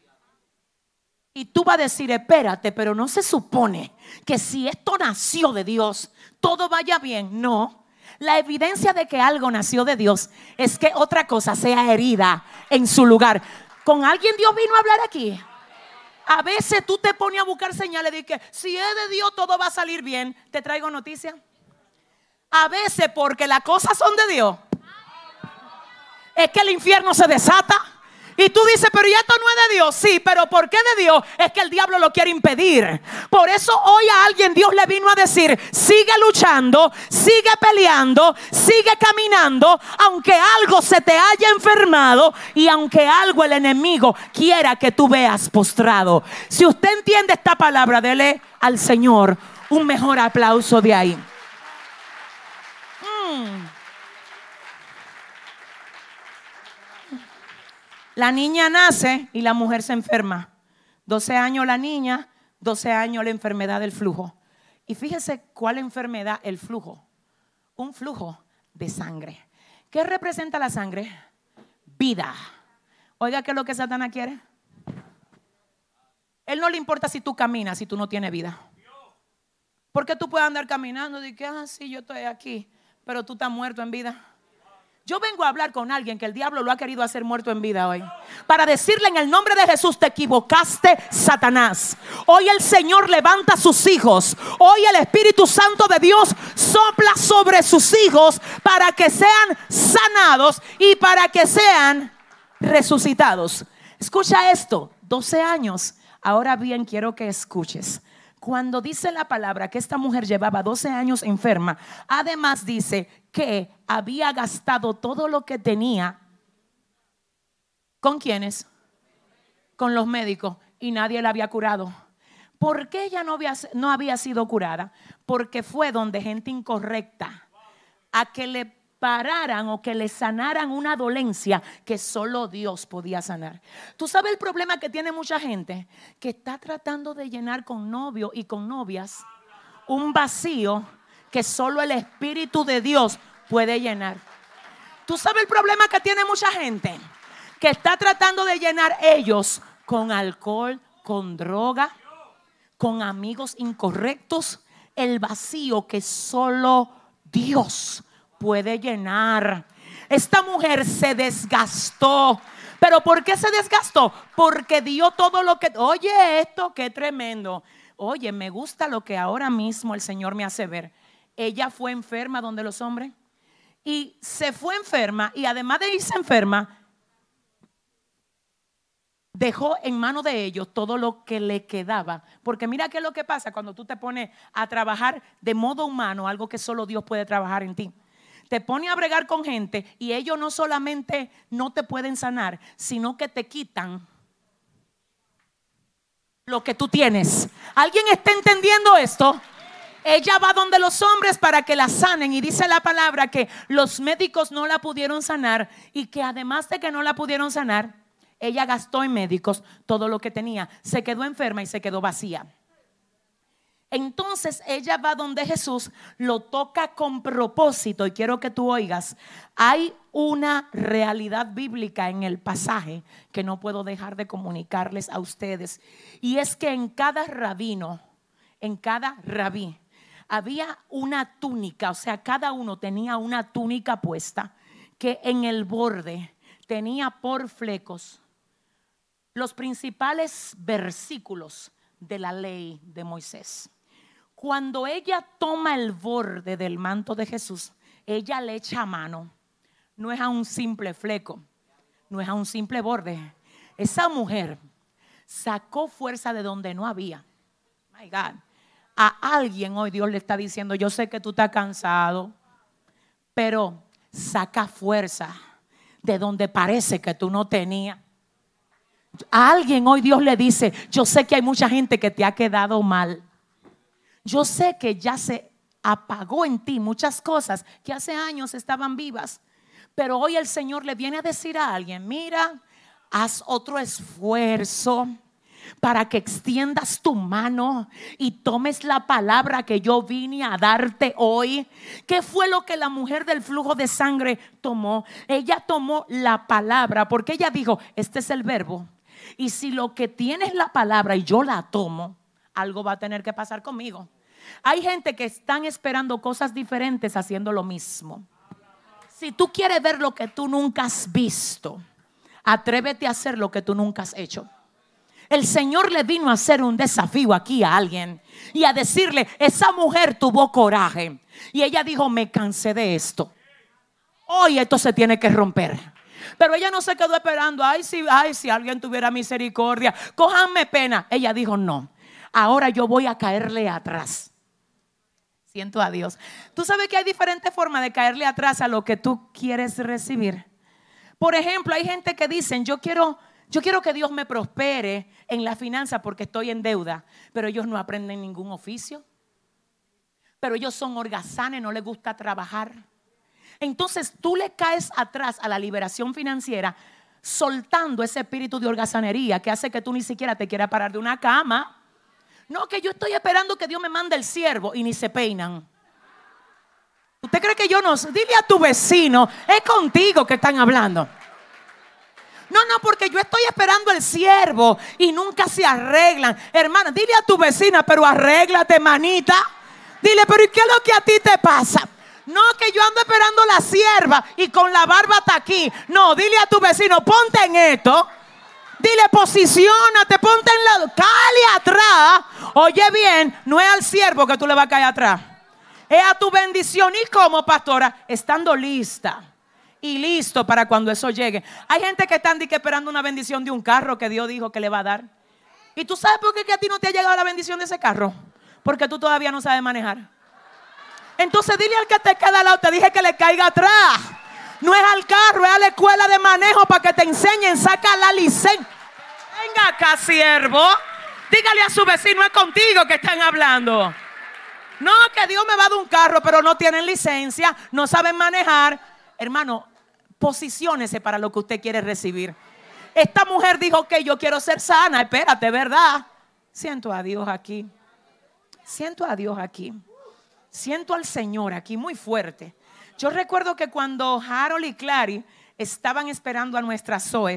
Y tú vas a decir, espérate, pero no se supone que si esto nació de Dios, todo vaya bien. No, la evidencia de que algo nació de Dios es que otra cosa sea herida en su lugar. ¿Con alguien Dios vino a hablar aquí? A veces tú te pones a buscar señales de que si es de Dios todo va a salir bien. Te traigo noticias. A veces porque las cosas son de Dios, es que el infierno se desata. Y tú dices, pero ya esto no es de Dios. Sí, pero ¿por qué de Dios? Es que el diablo lo quiere impedir. Por eso hoy a alguien Dios le vino a decir: sigue luchando, sigue peleando, sigue caminando, aunque algo se te haya enfermado y aunque algo el enemigo quiera que tú veas postrado. Si usted entiende esta palabra, dele al Señor un mejor aplauso de ahí. La niña nace y la mujer se enferma. 12 años la niña, 12 años la enfermedad del flujo. Y fíjese cuál enfermedad, el flujo. Un flujo de sangre. ¿Qué representa la sangre? Vida. Oiga, ¿qué es lo que Satanás quiere? Él no le importa si tú caminas, si tú no tienes vida. Porque tú puedes andar caminando y que, sí, yo estoy aquí, pero tú estás muerto en vida. Yo vengo a hablar con alguien que el diablo lo ha querido hacer muerto en vida hoy, para decirle en el nombre de Jesús: te equivocaste, Satanás. Hoy el Señor levanta a sus hijos. Hoy el Espíritu Santo de Dios sopla sobre sus hijos para que sean sanados y para que sean resucitados. Escucha esto, 12 años. Ahora bien, quiero que escuches. Cuando dice la palabra que esta mujer llevaba 12 años enferma, además dice que había gastado todo lo que tenía. ¿Con quiénes? Con los médicos, y nadie la había curado. ¿Por qué ella no había sido curada? Porque fue donde gente incorrecta a que le pararan o que le sanaran una dolencia que solo Dios podía sanar. ¿Tú sabes el problema que tiene mucha gente? Que está tratando de llenar con novios y con novias un vacío que solo el Espíritu de Dios puede llenar. ¿Tú sabes el problema que tiene mucha gente? Que está tratando de llenar ellos con alcohol, con droga, con amigos incorrectos, el vacío que solo Dios puede llenar. Esta mujer se desgastó. ¿Pero por qué se desgastó? Porque dio todo lo que... Oye, esto qué tremendo. Oye, me gusta lo que ahora mismo el Señor me hace ver. Ella fue enferma donde los hombres, y se fue enferma, y además de irse enferma, dejó en manos de ellos todo lo que le quedaba. Porque mira qué es lo que pasa cuando tú te pones a trabajar de modo humano, algo que solo Dios puede trabajar en ti. Te pone a bregar con gente y ellos no solamente no te pueden sanar, sino que te quitan lo que tú tienes. ¿Alguien está entendiendo esto? Ella va donde los hombres para que la sanen, y dice la palabra que los médicos no la pudieron sanar, y que además de que no la pudieron sanar, ella gastó en médicos todo lo que tenía. Se quedó enferma y se quedó vacía. Entonces ella va donde Jesús, lo toca con propósito, y quiero que tú oigas. Hay una realidad bíblica en el pasaje que no puedo dejar de comunicarles a ustedes, y es que en cada rabino, en cada rabí, había una túnica. O sea, cada uno tenía una túnica puesta que en el borde tenía por flecos los principales versículos de la ley de Moisés. Cuando ella toma el borde del manto de Jesús, ella le echa a mano. No es a un simple fleco, no es a un simple borde. Esa mujer sacó fuerza de donde no había. My God. A alguien hoy Dios le está diciendo: yo sé que tú estás cansado, pero saca fuerza de donde parece que tú no tenías. A alguien hoy Dios le dice: yo sé que hay mucha gente que te ha quedado mal. Yo sé que ya se apagó en ti muchas cosas que hace años estaban vivas, pero hoy el Señor le viene a decir a alguien: mira, haz otro esfuerzo para que extiendas tu mano y tomes la palabra que yo vine a darte hoy. ¿Qué fue lo que la mujer del flujo de sangre tomó? Ella tomó la palabra, porque ella dijo: este es el verbo, y si lo que tiene es la palabra y yo la tomo, algo va a tener que pasar conmigo. Hay gente que están esperando cosas diferentes haciendo lo mismo. Si tú quieres ver lo que tú nunca has visto, atrévete a hacer lo que tú nunca has hecho. El Señor le vino a hacer un desafío aquí a alguien y a decirle: esa mujer tuvo coraje y ella dijo: me cansé de esto. Hoy esto se tiene que romper. Pero ella no se quedó esperando. Ay, si alguien tuviera misericordia, cójanme pena. Ella dijo, no, ahora yo voy a caerle atrás. Siento a Dios. Tú sabes que hay diferentes formas de caerle atrás a lo que tú quieres recibir. Por ejemplo, hay gente que dicen, yo quiero que Dios me prospere en la finanza porque estoy en deuda. Pero ellos no aprenden ningún oficio. Pero ellos son holgazanes, no les gusta trabajar. Entonces tú le caes atrás a la liberación financiera, soltando ese espíritu de holgazanería que hace que tú ni siquiera te quieras parar de una cama. No, que yo estoy esperando que Dios me mande el siervo y ni se peinan. ¿Usted cree que yo no? Dile a tu vecino, es contigo que están hablando. No, porque yo estoy esperando el siervo y nunca se arreglan. Hermana, dile a tu vecina, pero arréglate, manita. Dile, pero ¿y qué es lo que a ti te pasa? No, que yo ando esperando la sierva y con la barba hasta aquí. No, dile a tu vecino, ponte en esto. Dile, posiciónate, ponte en la... Cale atrás. Oye bien, no es al siervo que tú le vas a caer atrás. Es a tu bendición. ¿Y cómo, pastora? Estando lista y listo para cuando eso llegue. Hay gente que están esperando una bendición de un carro que Dios dijo que le va a dar. ¿Y tú sabes por qué que a ti no te ha llegado la bendición de ese carro? Porque tú todavía no sabes manejar. Entonces dile al que te queda al lado, te dije que le caiga atrás. No es al carro, es a la escuela de manejo para que te enseñen, saca la licencia. Venga acá, siervo. Dígale a su vecino, es contigo que están hablando. No, que Dios me va a dar un carro, pero no tienen licencia, no saben manejar. Hermano, posiciónese para lo que usted quiere recibir. Esta mujer dijo que yo quiero ser sana. Espérate, ¿verdad? Siento a Dios aquí. Siento a Dios aquí. Siento al Señor aquí muy fuerte. Yo recuerdo que cuando Harold y Clary estaban esperando a nuestra Zoe,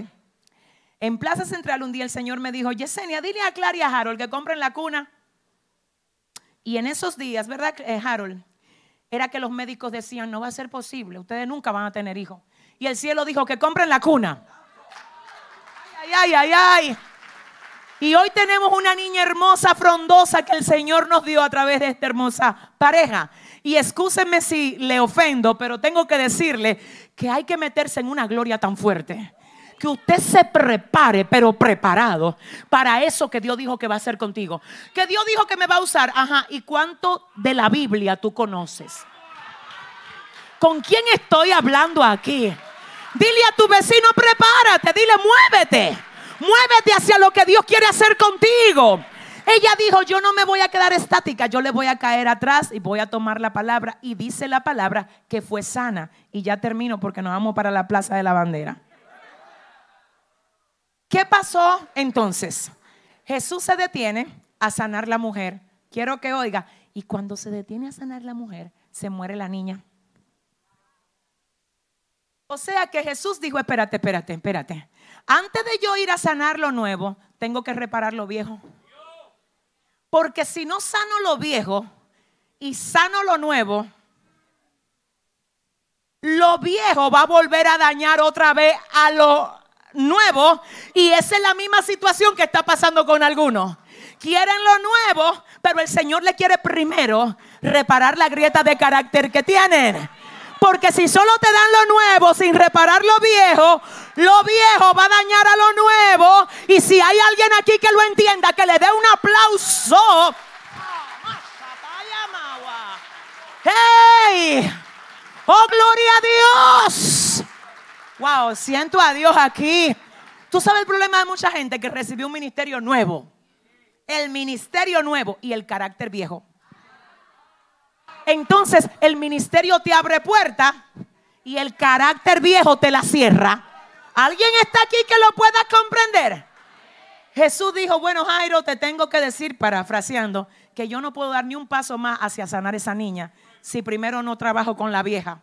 en Plaza Central un día el Señor me dijo, Yesenia, dile a Clary y a Harold que compren la cuna. Y en esos días, ¿verdad, Harold? Era que los médicos decían, no va a ser posible, ustedes nunca van a tener hijos. Y el cielo dijo que compren la cuna. Ay. Y hoy tenemos una niña hermosa, frondosa, que el Señor nos dio a través de esta hermosa pareja. Y excúsenme si le ofendo, pero tengo que decirle que hay que meterse en una gloria tan fuerte. Que usted se prepare, pero preparado para eso que Dios dijo que va a hacer contigo. Que Dios dijo que me va a usar. Ajá, ¿y cuánto de la Biblia tú conoces? ¿Con quién estoy hablando aquí? Dile a tu vecino, prepárate, dile, muévete. Muévete hacia lo que Dios quiere hacer contigo. Ella dijo, yo no me voy a quedar estática, yo le voy a caer atrás y voy a tomar la palabra. Y dice la palabra que fue sana. Y ya termino porque nos vamos para la Plaza de la Bandera. ¿Qué pasó entonces? Jesús se detiene a sanar la mujer. Quiero que oiga. Y cuando se detiene a sanar la mujer, se muere la niña. O sea que Jesús dijo, espérate. Antes de yo ir a sanar lo nuevo, tengo que reparar lo viejo. Porque si no sano lo viejo y sano lo nuevo, lo viejo va a volver a dañar otra vez a lo nuevo. Y esa es la misma situación que está pasando con algunos. Quieren lo nuevo, pero el Señor le quiere primero reparar la grieta de carácter que tienen. Porque si solo te dan lo nuevo sin reparar lo viejo va a dañar a lo nuevo. Y si hay alguien aquí que lo entienda, que le dé un aplauso. ¡Hey! ¡Oh, gloria a Dios! Wow, siento a Dios aquí. Tú sabes el problema de mucha gente que recibió un ministerio nuevo. El ministerio nuevo y el carácter viejo. Entonces el ministerio te abre puertas y el carácter viejo te la cierra. ¿Alguien está aquí que lo pueda comprender? Jesús dijo, bueno, Jairo, te tengo que decir, parafraseando, que yo no puedo dar ni un paso más hacia sanar a esa niña si primero no trabajo con la vieja.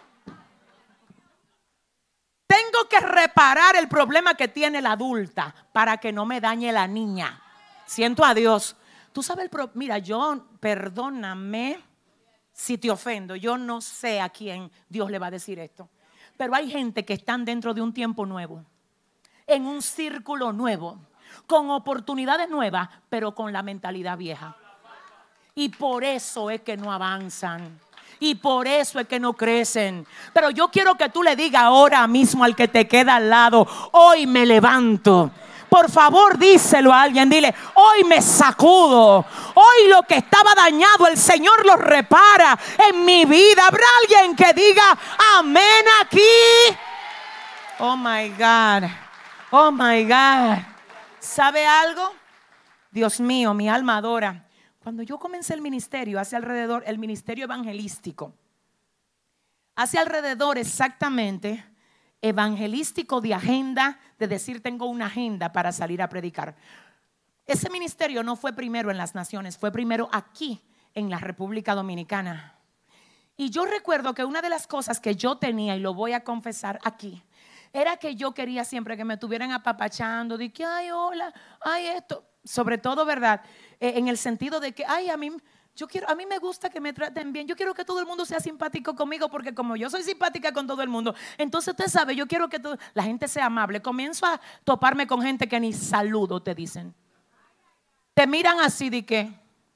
Tengo que reparar el problema que tiene la adulta para que no me dañe la niña. Siento a Dios. Tú sabes, mira, perdóname si te ofendo, yo no sé a quién Dios le va a decir esto. Pero hay gente que están dentro de un tiempo nuevo, en un círculo nuevo, con oportunidades nuevas, pero con la mentalidad vieja. Y por eso es que no avanzan. Y por eso es que no crecen. Pero yo quiero que tú le digas ahora mismo al que te queda al lado: hoy me levanto. Por favor, díselo a alguien. Dile: hoy me sacudo. Hoy lo que estaba dañado, el Señor lo repara en mi vida. ¿Habrá alguien que diga amén aquí? Oh my God. Oh my God. ¿Sabe algo? Dios mío, mi alma adora. Cuando yo comencé el ministerio, hace alrededor, el ministerio evangelístico, hace alrededor exactamente evangelístico de agenda, de decir tengo una agenda para salir a predicar. Ese ministerio no fue primero en las naciones, fue primero aquí en la República Dominicana. Y yo recuerdo que una de las cosas que yo tenía, y lo voy a confesar aquí, era que yo quería siempre que me estuvieran apapachando, de que ay, hola, ay, esto. Sobre todo, ¿verdad? En el sentido de que, ay, a mí me gusta que me traten bien. Yo quiero que todo el mundo sea simpático conmigo, porque como yo soy simpática con todo el mundo, entonces usted sabe, yo quiero que la gente sea amable. Comienzo a toparme con gente que ni saludo te dicen. Te miran así de que.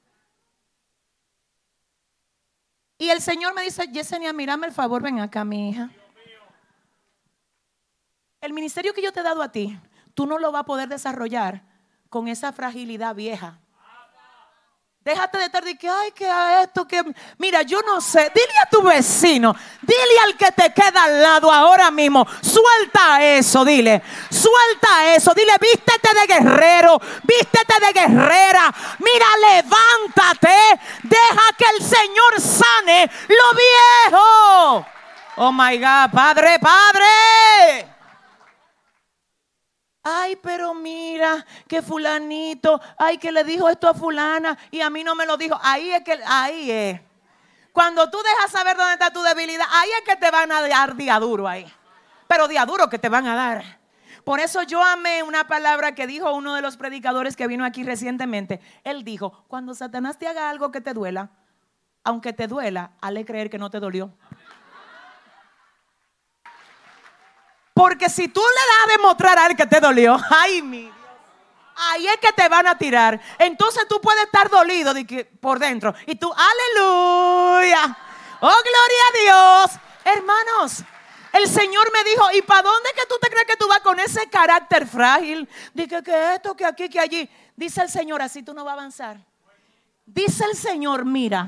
Y el Señor me dice: Yesenia, mírame el favor, ven acá, mi hija. El ministerio que yo te he dado a ti, tú no lo vas a poder desarrollar con esa fragilidad vieja. Déjate de estar de que ay, que a esto, que mira, yo no sé. Dile a tu vecino, dile al que te queda al lado ahora mismo: suelta eso, dile, suelta eso, dile, vístete de guerrero, vístete de guerrera. Mira, levántate, deja que el Señor sane lo viejo. Oh my God, Padre, Padre. Ay, pero mira que fulanito, ay, que le dijo esto a fulana y a mí no me lo dijo. Ahí es. Cuando tú dejas saber dónde está tu debilidad, ahí es que te van a dar día duro ahí. Pero día duro que te van a dar. Por eso yo amé una palabra que dijo uno de los predicadores que vino aquí recientemente. Él dijo: cuando Satanás te haga algo que te duela, aunque te duela, hazle creer que no te dolió. Porque si tú le das a demostrar a él que te dolió, ay, mi Dios, ahí es que te van a tirar. Entonces tú puedes estar dolido por dentro y tú, aleluya, oh, gloria a Dios. Hermanos, el Señor me dijo: ¿y para dónde que tú te crees que tú vas con ese carácter frágil? Dije que esto, que aquí, que allí. Dice el Señor: así tú no vas a avanzar. Dice el Señor: mira,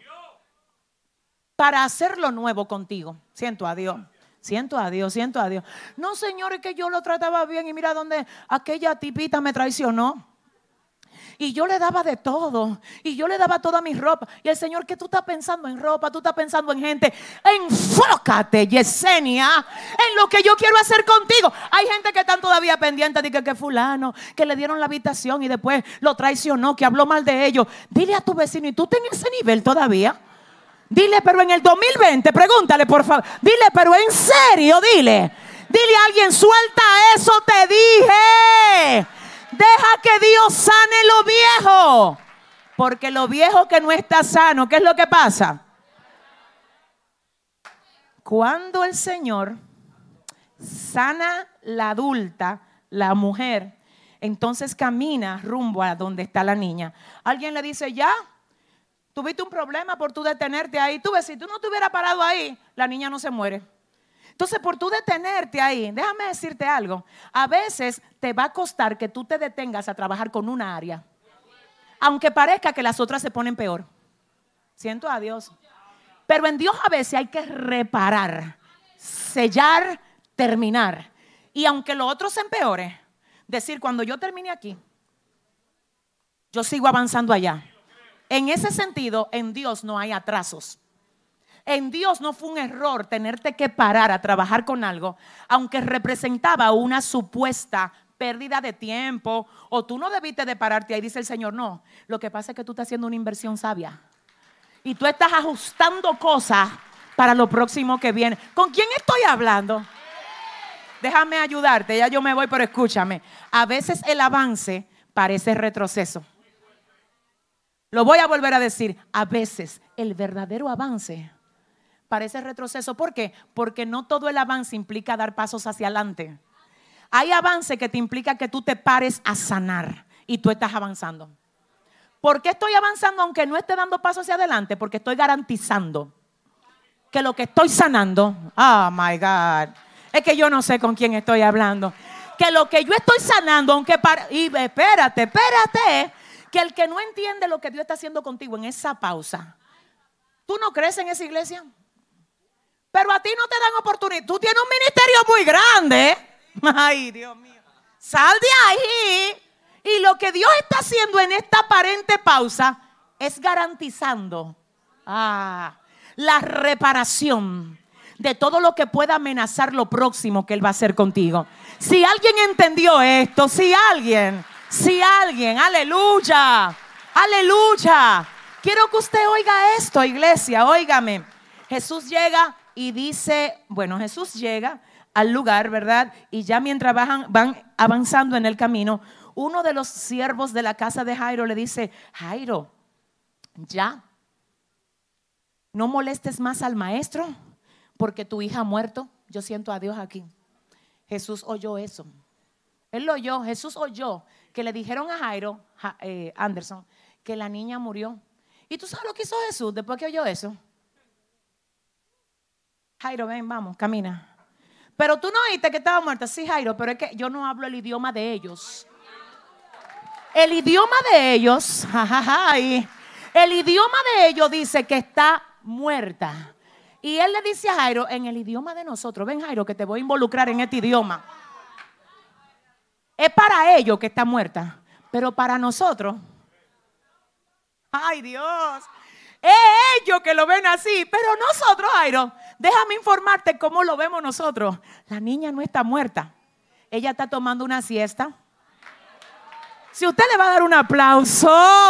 para hacerlo nuevo contigo. Siento a Dios. Siento a Dios, siento a Dios. No, Señor, es que yo lo trataba bien y mira donde aquella tipita me traicionó. Y yo le daba de todo. Y yo le daba toda mi ropa. Y el Señor: ¿qué tú estás pensando en ropa? Tú estás pensando en gente. Enfócate, Yesenia, en lo que yo quiero hacer contigo. Hay gente que están todavía pendientes de que fulano, que le dieron la habitación y después lo traicionó, que habló mal de ellos. Dile a tu vecino: ¿y tú estás en ese nivel todavía? Dile: pero en el 2020, pregúntale por favor. Dile: pero en serio, dile. Dile a alguien: suelta eso, te dije. Deja que Dios sane lo viejo. Porque lo viejo que no está sano, ¿qué es lo que pasa? Cuando el Señor sana la adulta, la mujer, entonces camina rumbo a donde está la niña. Alguien le dice: ya, tuviste un problema por tú detenerte ahí. Tú ves, si tú no te hubieras parado ahí, la niña no se muere. Entonces, por tú detenerte ahí, déjame decirte algo. A veces te va a costar que tú te detengas a trabajar con una área, aunque parezca que las otras se ponen peor. Siento a Dios. Pero en Dios a veces hay que reparar, sellar, terminar. Y aunque lo otro se empeore, decir: cuando yo termine aquí, yo sigo avanzando allá. En ese sentido, en Dios no hay atrasos. En Dios no fue un error tenerte que parar a trabajar con algo, aunque representaba una supuesta pérdida de tiempo, o tú no debiste de pararte ahí. Dice el Señor: no, lo que pasa es que tú estás haciendo una inversión sabia y tú estás ajustando cosas para lo próximo que viene. ¿Con quién estoy hablando? Déjame ayudarte, ya yo me voy, pero escúchame. A veces el avance parece retroceso. Lo voy a volver a decir: a veces el verdadero avance parece retroceso. ¿Por qué? Porque no todo el avance implica dar pasos hacia adelante. Hay avance que te implica que tú te pares a sanar y tú estás avanzando. ¿Por qué estoy avanzando aunque no esté dando pasos hacia adelante? Porque estoy garantizando que lo que estoy sanando, oh my God, es que yo no sé con quién estoy hablando, que lo que yo estoy sanando, y espérate, que el que no entiende lo que Dios está haciendo contigo en esa pausa, ¿tú no crees en esa iglesia? Pero a ti no te dan oportunidad. Tú tienes un ministerio muy grande. Ay, Dios mío. Sal de ahí. Y lo que Dios está haciendo en esta aparente pausa es garantizando la reparación de todo lo que pueda amenazar lo próximo que Él va a hacer contigo. Si alguien entendió esto, si alguien, aleluya, aleluya. Quiero que usted oiga esto, iglesia, óigame. Jesús llega y dice, Jesús llega al lugar, ¿verdad? Y ya mientras van avanzando en el camino, uno de los siervos de la casa de Jairo le dice, Jairo, ya, no molestes más al maestro porque tu hija ha muerto. Yo siento a Dios aquí. Jesús oyó eso. Él lo oyó. Jesús oyó que le dijeron a Jairo, Anderson, que la niña murió. ¿Y tú sabes lo que hizo Jesús después que oyó eso? Jairo, ven, vamos, camina. Pero tú no oíste que estaba muerta. Sí, Jairo, pero es que yo no hablo el idioma de ellos. El idioma de ellos, el idioma de ellos dice que está muerta. Y él le dice a Jairo, en el idioma de nosotros, ven Jairo, que te voy a involucrar en este idioma. Es para ellos que está muerta, pero para nosotros, ay Dios, es ellos que lo ven así, pero nosotros, Jairo, déjame informarte cómo lo vemos nosotros. La niña no está muerta, ella está tomando una siesta. Si usted le va a dar un aplauso,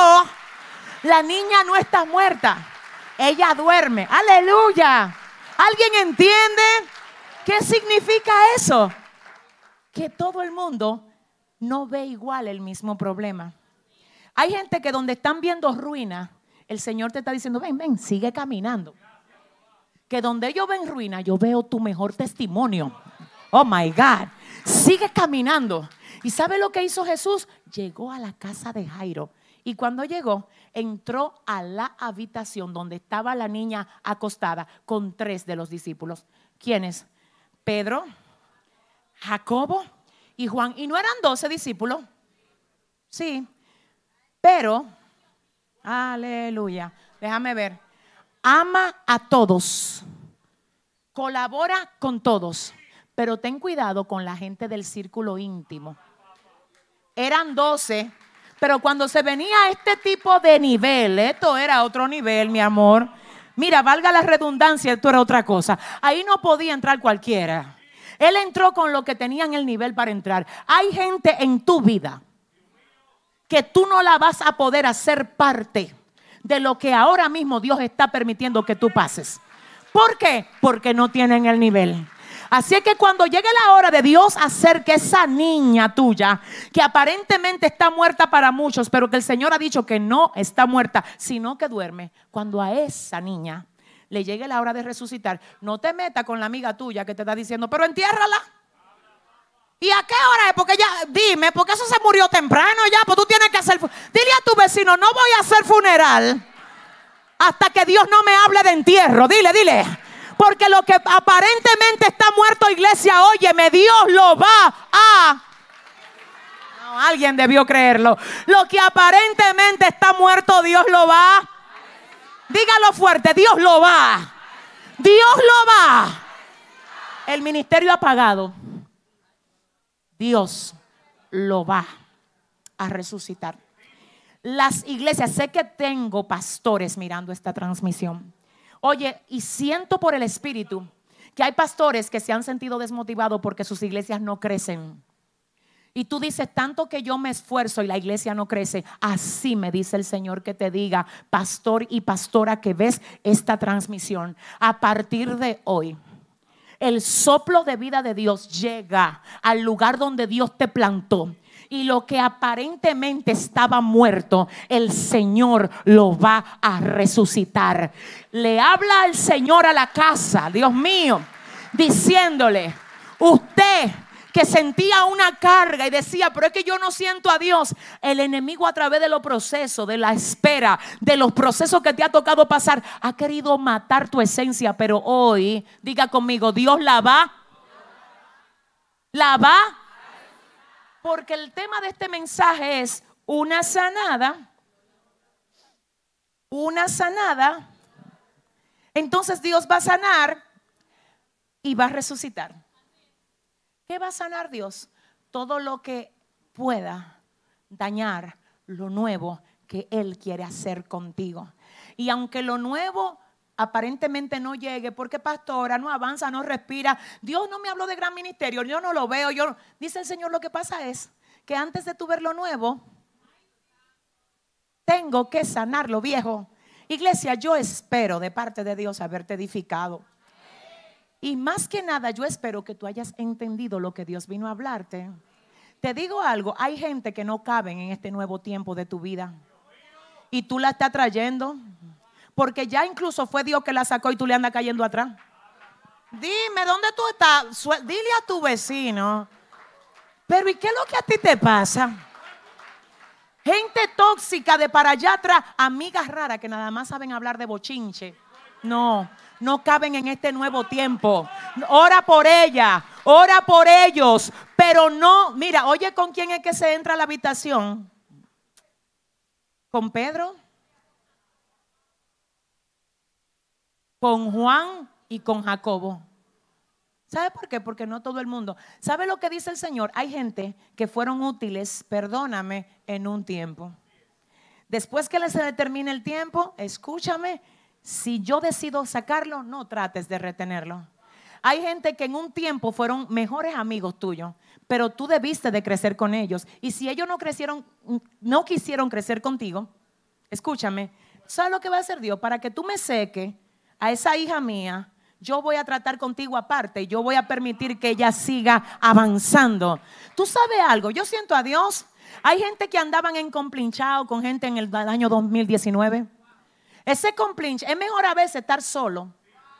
la niña no está muerta, ella duerme. Aleluya. ¿Alguien entiende qué significa eso? Que todo el mundo no ve igual el mismo problema. Hay gente que donde están viendo ruina, el Señor te está diciendo, ven, sigue caminando. Que donde ellos ven ruina, yo veo tu mejor testimonio. Oh my God, sigue caminando. ¿Y sabe lo que hizo Jesús? Llegó a la casa de Jairo. Y cuando llegó, entró a la habitación donde estaba la niña acostada con 3 de los discípulos. ¿Quiénes? Pedro, Jacobo y Juan. ¿Y no eran 12 discípulos? Sí. Pero, aleluya, déjame ver. Ama a todos. Colabora con todos. Pero ten cuidado con la gente del círculo íntimo. Eran 12. Pero cuando se venía este tipo de nivel, esto era otro nivel, mi amor. Mira, valga la redundancia, esto era otra cosa. Ahí no podía entrar cualquiera. Él entró con lo que tenían el nivel para entrar. Hay gente en tu vida que tú no la vas a poder hacer parte de lo que ahora mismo Dios está permitiendo que tú pases. ¿Por qué? Porque no tienen el nivel. Así es que cuando llegue la hora de Dios hacer que esa niña tuya, que aparentemente está muerta para muchos, pero que el Señor ha dicho que no está muerta, sino que duerme, cuando a esa niña le llegue la hora de resucitar, no te metas con la amiga tuya que te está diciendo, pero entiérrala. ¿Y a qué hora es? Porque ya, dime, porque eso se murió temprano ya, pues tú tienes que hacer. Dile a tu vecino, no voy a hacer funeral hasta que Dios no me hable de entierro. Dile. Porque lo que aparentemente está muerto, iglesia, óyeme, Dios lo va a... No, alguien debió creerlo. Lo que aparentemente está muerto, Dios lo va. Dígalo fuerte, Dios lo va. Dios lo va. El ministerio apagado, Dios lo va a resucitar. Las iglesias, sé que tengo pastores mirando esta transmisión. Oye, y siento por el Espíritu que hay pastores que se han sentido desmotivados porque sus iglesias no crecen. Y tú dices, tanto que yo me esfuerzo y la iglesia no crece. Así me dice el Señor que te diga, pastor y pastora que ves esta transmisión, a partir de hoy, el soplo de vida de Dios llega al lugar donde Dios te plantó. Y lo que aparentemente estaba muerto, el Señor lo va a resucitar. Le habla el Señor a la casa, Dios mío, diciéndole, usted que sentía una carga y decía, pero es que yo no siento a Dios. El enemigo, a través de los procesos, de la espera, de los procesos que te ha tocado pasar, ha querido matar tu esencia. Pero hoy, diga conmigo, Dios la va. Porque el tema de este mensaje es una sanada. Entonces Dios va a sanar y va a resucitar. ¿Qué va a sanar Dios? Todo lo que pueda dañar lo nuevo que Él quiere hacer contigo. Y aunque lo nuevo aparentemente no llegue, porque pastora, no avanza, no respira, Dios no me habló de gran ministerio, yo no lo veo, dice el Señor, lo que pasa es que antes de tú ver lo nuevo, tengo que sanar lo viejo. Iglesia, yo espero de parte de Dios haberte edificado. Y más que nada, yo espero que tú hayas entendido lo que Dios vino a hablarte. Te digo algo, hay gente que no caben en este nuevo tiempo de tu vida. Y tú la estás trayendo. Porque ya incluso fue Dios que la sacó y tú le andas cayendo atrás. Dime, ¿dónde tú estás? Dile a tu vecino. Pero ¿y qué es lo que a ti te pasa? Gente tóxica de para allá atrás. Amigas raras que nada más saben hablar de bochinche. No caben en este nuevo tiempo. Ora por ella, ora por ellos. Pero no, mira, oye, ¿con quién es que se entra a la habitación? ¿Con Pedro? Con Juan y con Jacobo. ¿Sabe por qué? Porque no todo el mundo. ¿Sabe lo que dice el Señor? Hay gente que fueron útiles, perdóname, en un tiempo. Después que se le termine el tiempo, escúchame, si yo decido sacarlo, no trates de retenerlo. Hay gente que en un tiempo fueron mejores amigos tuyos, pero tú debiste de crecer con ellos. Y si ellos no quisieron crecer contigo, escúchame, ¿sabes lo que va a hacer Dios? Para que tú me seques a esa hija mía, yo voy a tratar contigo aparte y yo voy a permitir que ella siga avanzando. ¿Tú sabes algo? Yo siento a Dios. Hay gente que andaban en complinchado con gente en el año 2019. Ese complinche, es mejor a veces estar solo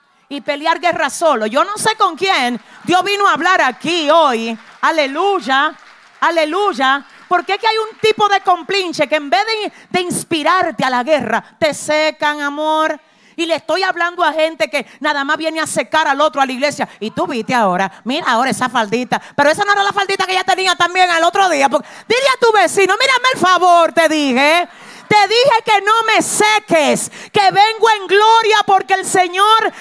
y pelear guerra solo. Yo no sé con quién Dios vino a hablar aquí hoy. Aleluya, aleluya. Porque es que hay un tipo de complinche que en vez de inspirarte a la guerra, te secan, amor. Y le estoy hablando a gente que nada más viene a secar al otro a la iglesia. Y tú viste ahora, mira ahora esa faldita. Pero esa no era la faldita que ella tenía también el otro día. Dile a tu vecino, mírame el favor, te dije. Te dije que no me seques, que vengo en gloria porque el Señor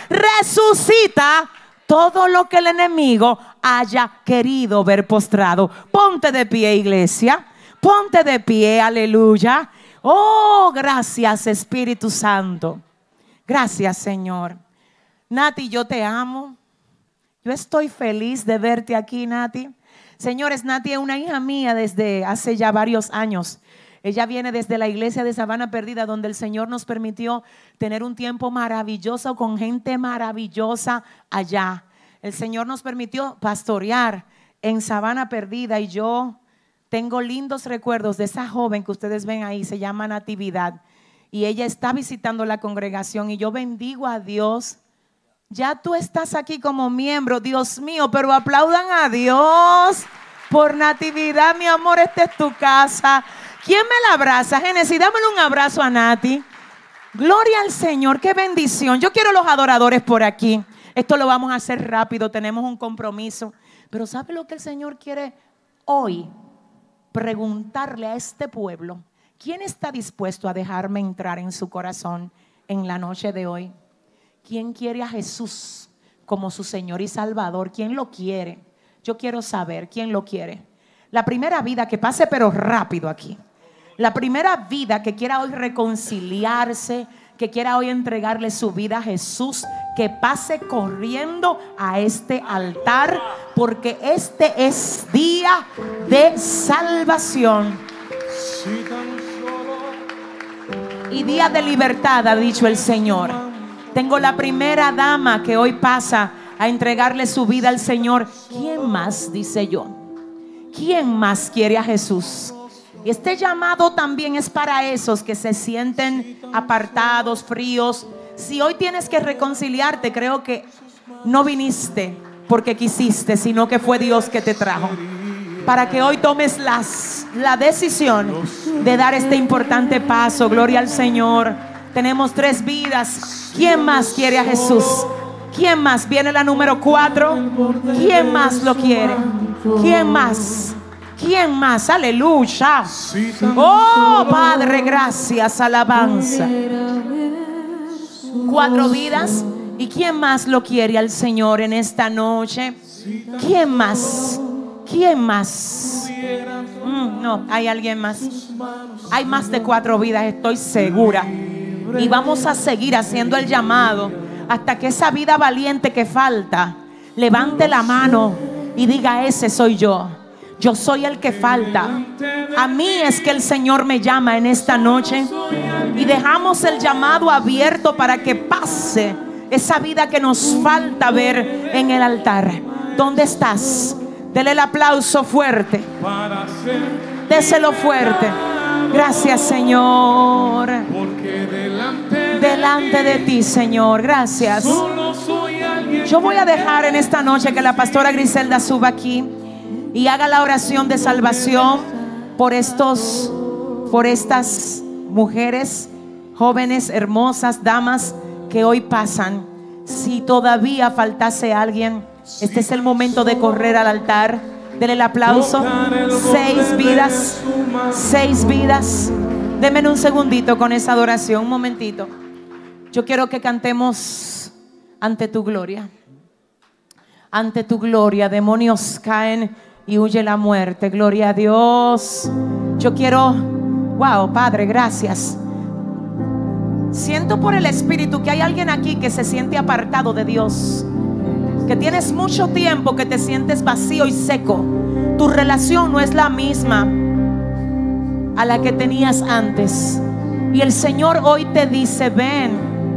resucita todo lo que el enemigo haya querido ver postrado. Ponte de pie, iglesia. Ponte de pie, aleluya. Oh, gracias, Espíritu Santo. Gracias, Señor. Nati, yo te amo. Yo estoy feliz de verte aquí, Nati. Señores, Nati es una hija mía desde hace ya varios años. Ella viene desde la iglesia de Sabana Perdida, donde el Señor nos permitió tener un tiempo maravilloso con gente maravillosa allá. El Señor nos permitió pastorear en Sabana Perdida y yo tengo lindos recuerdos de esa joven que ustedes ven ahí, se llama Natividad. Y ella está visitando la congregación y yo bendigo a Dios. Ya tú estás aquí como miembro, Dios mío, pero aplaudan a Dios por Natividad, mi amor, esta es tu casa. ¿Quién me la abraza? Génesis, dámele un abrazo a Nati. Gloria al Señor, qué bendición. Yo quiero los adoradores por aquí. Esto lo vamos a hacer rápido, tenemos un compromiso. Pero ¿sabe lo que el Señor quiere hoy? Preguntarle a este pueblo. ¿Quién está dispuesto a dejarme entrar en su corazón en la noche de hoy? ¿Quién quiere a Jesús como su Señor y Salvador? ¿Quién lo quiere? Yo quiero saber quién lo quiere. La primera vida que pase, pero rápido aquí. La primera vida que quiera hoy reconciliarse, que quiera hoy entregarle su vida a Jesús, que pase corriendo a este altar, porque este es día de salvación y día de libertad, ha dicho el Señor. Tengo la primera dama que hoy pasa a entregarle su vida al Señor. ¿Quién más? Dice yo. ¿Quién más quiere a Jesús? Y este llamado también es para esos que se sienten apartados, fríos. Si hoy tienes que reconciliarte, creo que no viniste porque quisiste, sino que fue Dios que te trajo. Para que hoy tomes la decisión de dar este importante paso. Gloria al Señor. Tenemos 3 vidas. ¿Quién más quiere a Jesús? ¿Quién más? Viene la número 4. ¿Quién más lo quiere? ¿Quién más? ¿Quién más? Aleluya. Oh, Padre, gracias, alabanza. 4 vidas. ¿Y quién más lo quiere al Señor en esta noche? ¿Quién más? ¿Quién más? No, hay alguien más. Hay más de 4 vidas, estoy segura. Y vamos a seguir haciendo el llamado hasta que esa vida valiente que falta levante la mano y diga: ese soy yo. Yo soy el que falta. A mí es que el Señor me llama en esta noche. Y dejamos el llamado abierto para que pase esa vida que nos falta ver en el altar. ¿Dónde estás? Dele el aplauso fuerte. Déselo fuerte. Gracias, Señor. Delante de ti, Señor. Gracias. Yo voy a dejar en esta noche que la pastora Griselda suba aquí y haga la oración de salvación por estas mujeres, jóvenes, hermosas, damas que hoy pasan. Si todavía faltase alguien, este es el momento de correr al altar. Denle el aplauso. 6 vidas. 6 vidas. Denme un segundito con esa adoración, un momentito. Yo quiero que cantemos ante tu gloria. Ante tu gloria, demonios caen y huye la muerte. Gloria a Dios. Yo quiero, wow, Padre, gracias. Siento por el Espíritu que hay alguien aquí que se siente apartado de Dios, que tienes mucho tiempo que te sientes vacío y seco. Tu relación no es la misma a la que tenías antes. Y el Señor hoy te dice: ven,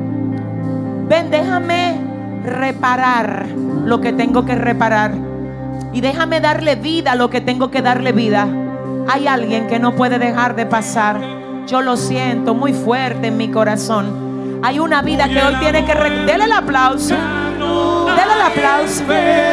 déjame reparar lo que tengo que reparar. Y déjame darle vida a lo que tengo que darle vida. Hay alguien que no puede dejar de pasar. Yo lo siento muy fuerte en mi corazón. Hay una vida que hoy tiene que... Dele el aplauso. Dele el aplauso.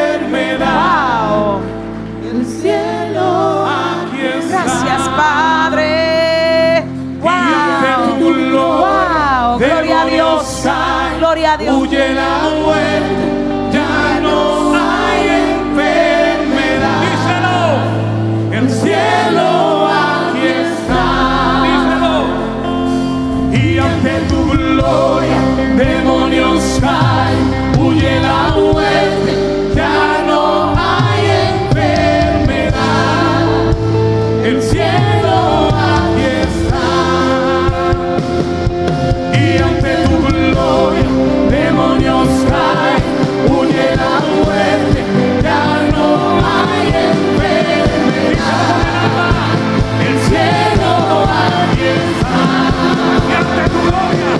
Wow. El cielo. Gracias, Padre. Wow. Wow. Gloria a Dios. Gloria a Dios. Huye la muerte, ya no hay enfermedad. Díselo. El cielo aquí está. Díselo. Y ante tu gloria, demonios caen. Huye la muerte, ya no hay enfermedad. El cielo aquí está. Y ante tu gloria, demonios caen, huye la muerte, ya no hay enfermedad. El cielo aquí está. Y ante tu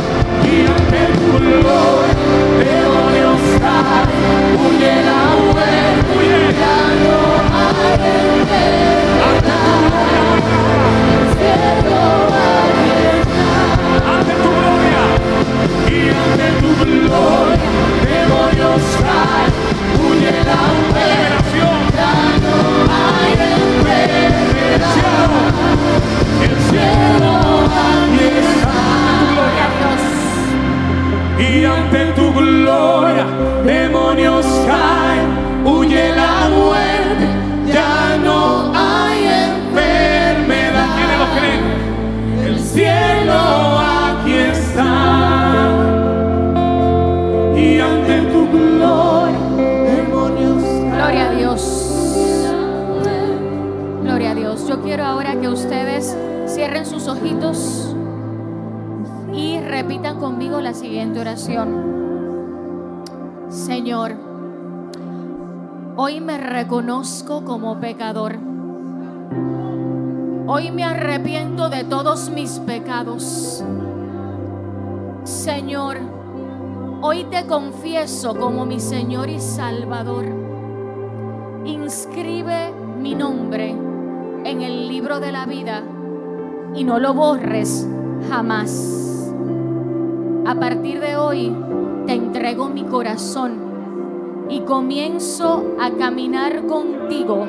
gloria, demonios caen, huye la muerte, ya no hay enfermedad. El cielo aquí está. Ante tu gloria. Y ante tu gloria, demonios caen, huye la muerte, ya no hay enfermedad. El cielo aquí está. Y ante tu gloria, demonios caen, huye la muerte, ya no hay enfermedad. ¿Quiénes lo creen? El cielo aquí está. Y ante tu gloria, demonios caen. Gloria a Dios. Gloria a Dios. Yo quiero ahora que ustedes cierren sus ojitos y repitan conmigo la siguiente oración. Señor, hoy me reconozco como pecador. Hoy me arrepiento de todos mis pecados. Señor, hoy te confieso como mi Señor y Salvador. Inscribe mi nombre en el libro de la vida y no lo borres jamás. A partir de hoy te entrego mi corazón y comienzo a caminar contigo.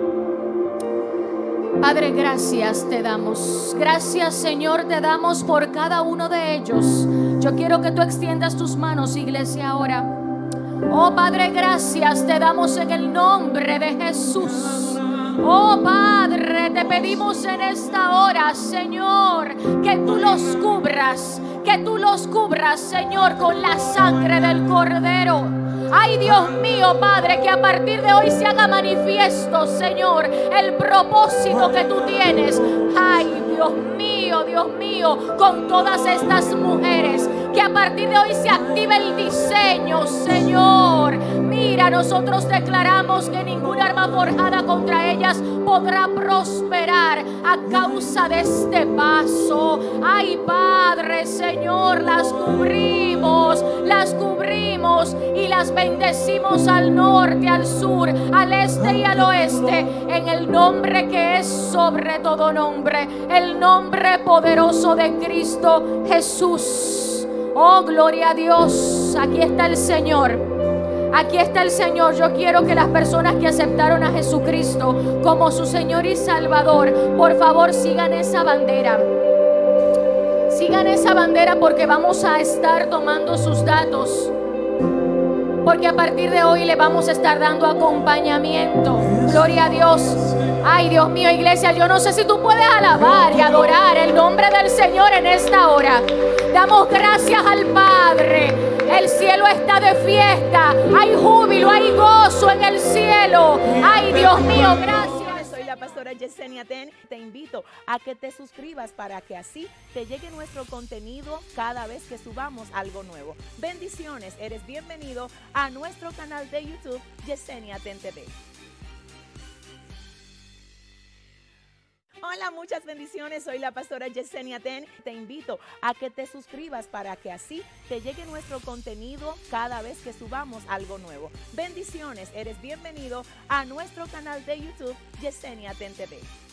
Padre, gracias te damos. Gracias, Señor, te damos por cada uno de ellos. Yo quiero que tú extiendas tus manos, iglesia, ahora. Oh Padre, gracias te damos en el nombre de Jesús. Oh Padre, te pedimos en esta hora, Señor, que tú los cubras, Señor, con la sangre del Cordero. Ay, Dios mío, Padre, que a partir de hoy se haga manifiesto, Señor, el propósito que tú tienes. Ay, Dios mío, con todas estas mujeres, que a partir de hoy se active el diseño, Señor. Mira, nosotros declaramos que ninguna arma forjada contra ellas podrá prosperar a causa de este paso. Ay, Padre, Señor, las cubrimos y las bendecimos al norte, al sur, al este y al oeste, en el nombre que es sobre todo nombre, el nombre poderoso de Cristo Jesús. Oh, gloria a Dios. Aquí está el Señor. Aquí está el Señor. Yo quiero que las personas que aceptaron a Jesucristo como su Señor y Salvador, por favor, sigan esa bandera. Sigan esa bandera, porque vamos a estar tomando sus datos. Porque a partir de hoy le vamos a estar dando acompañamiento. Gloria a Dios. Ay, Dios mío, iglesia, yo no sé si tú puedes alabar y adorar el nombre del Señor en esta hora. Damos gracias al Padre. El cielo está de fiesta. Hay júbilo, hay gozo en el cielo. Ay, Dios mío, gracias. Soy la pastora Yesenia Ten. Te invito a que te suscribas para que así te llegue nuestro contenido cada vez que subamos algo nuevo. Bendiciones, eres bienvenido a nuestro canal de YouTube Yesenia Ten TV. Hola, muchas bendiciones. Soy la pastora Yesenia Ten. Te invito a que te suscribas para que así te llegue nuestro contenido cada vez que subamos algo nuevo. Bendiciones, eres bienvenido a nuestro canal de YouTube Yesenia Ten TV.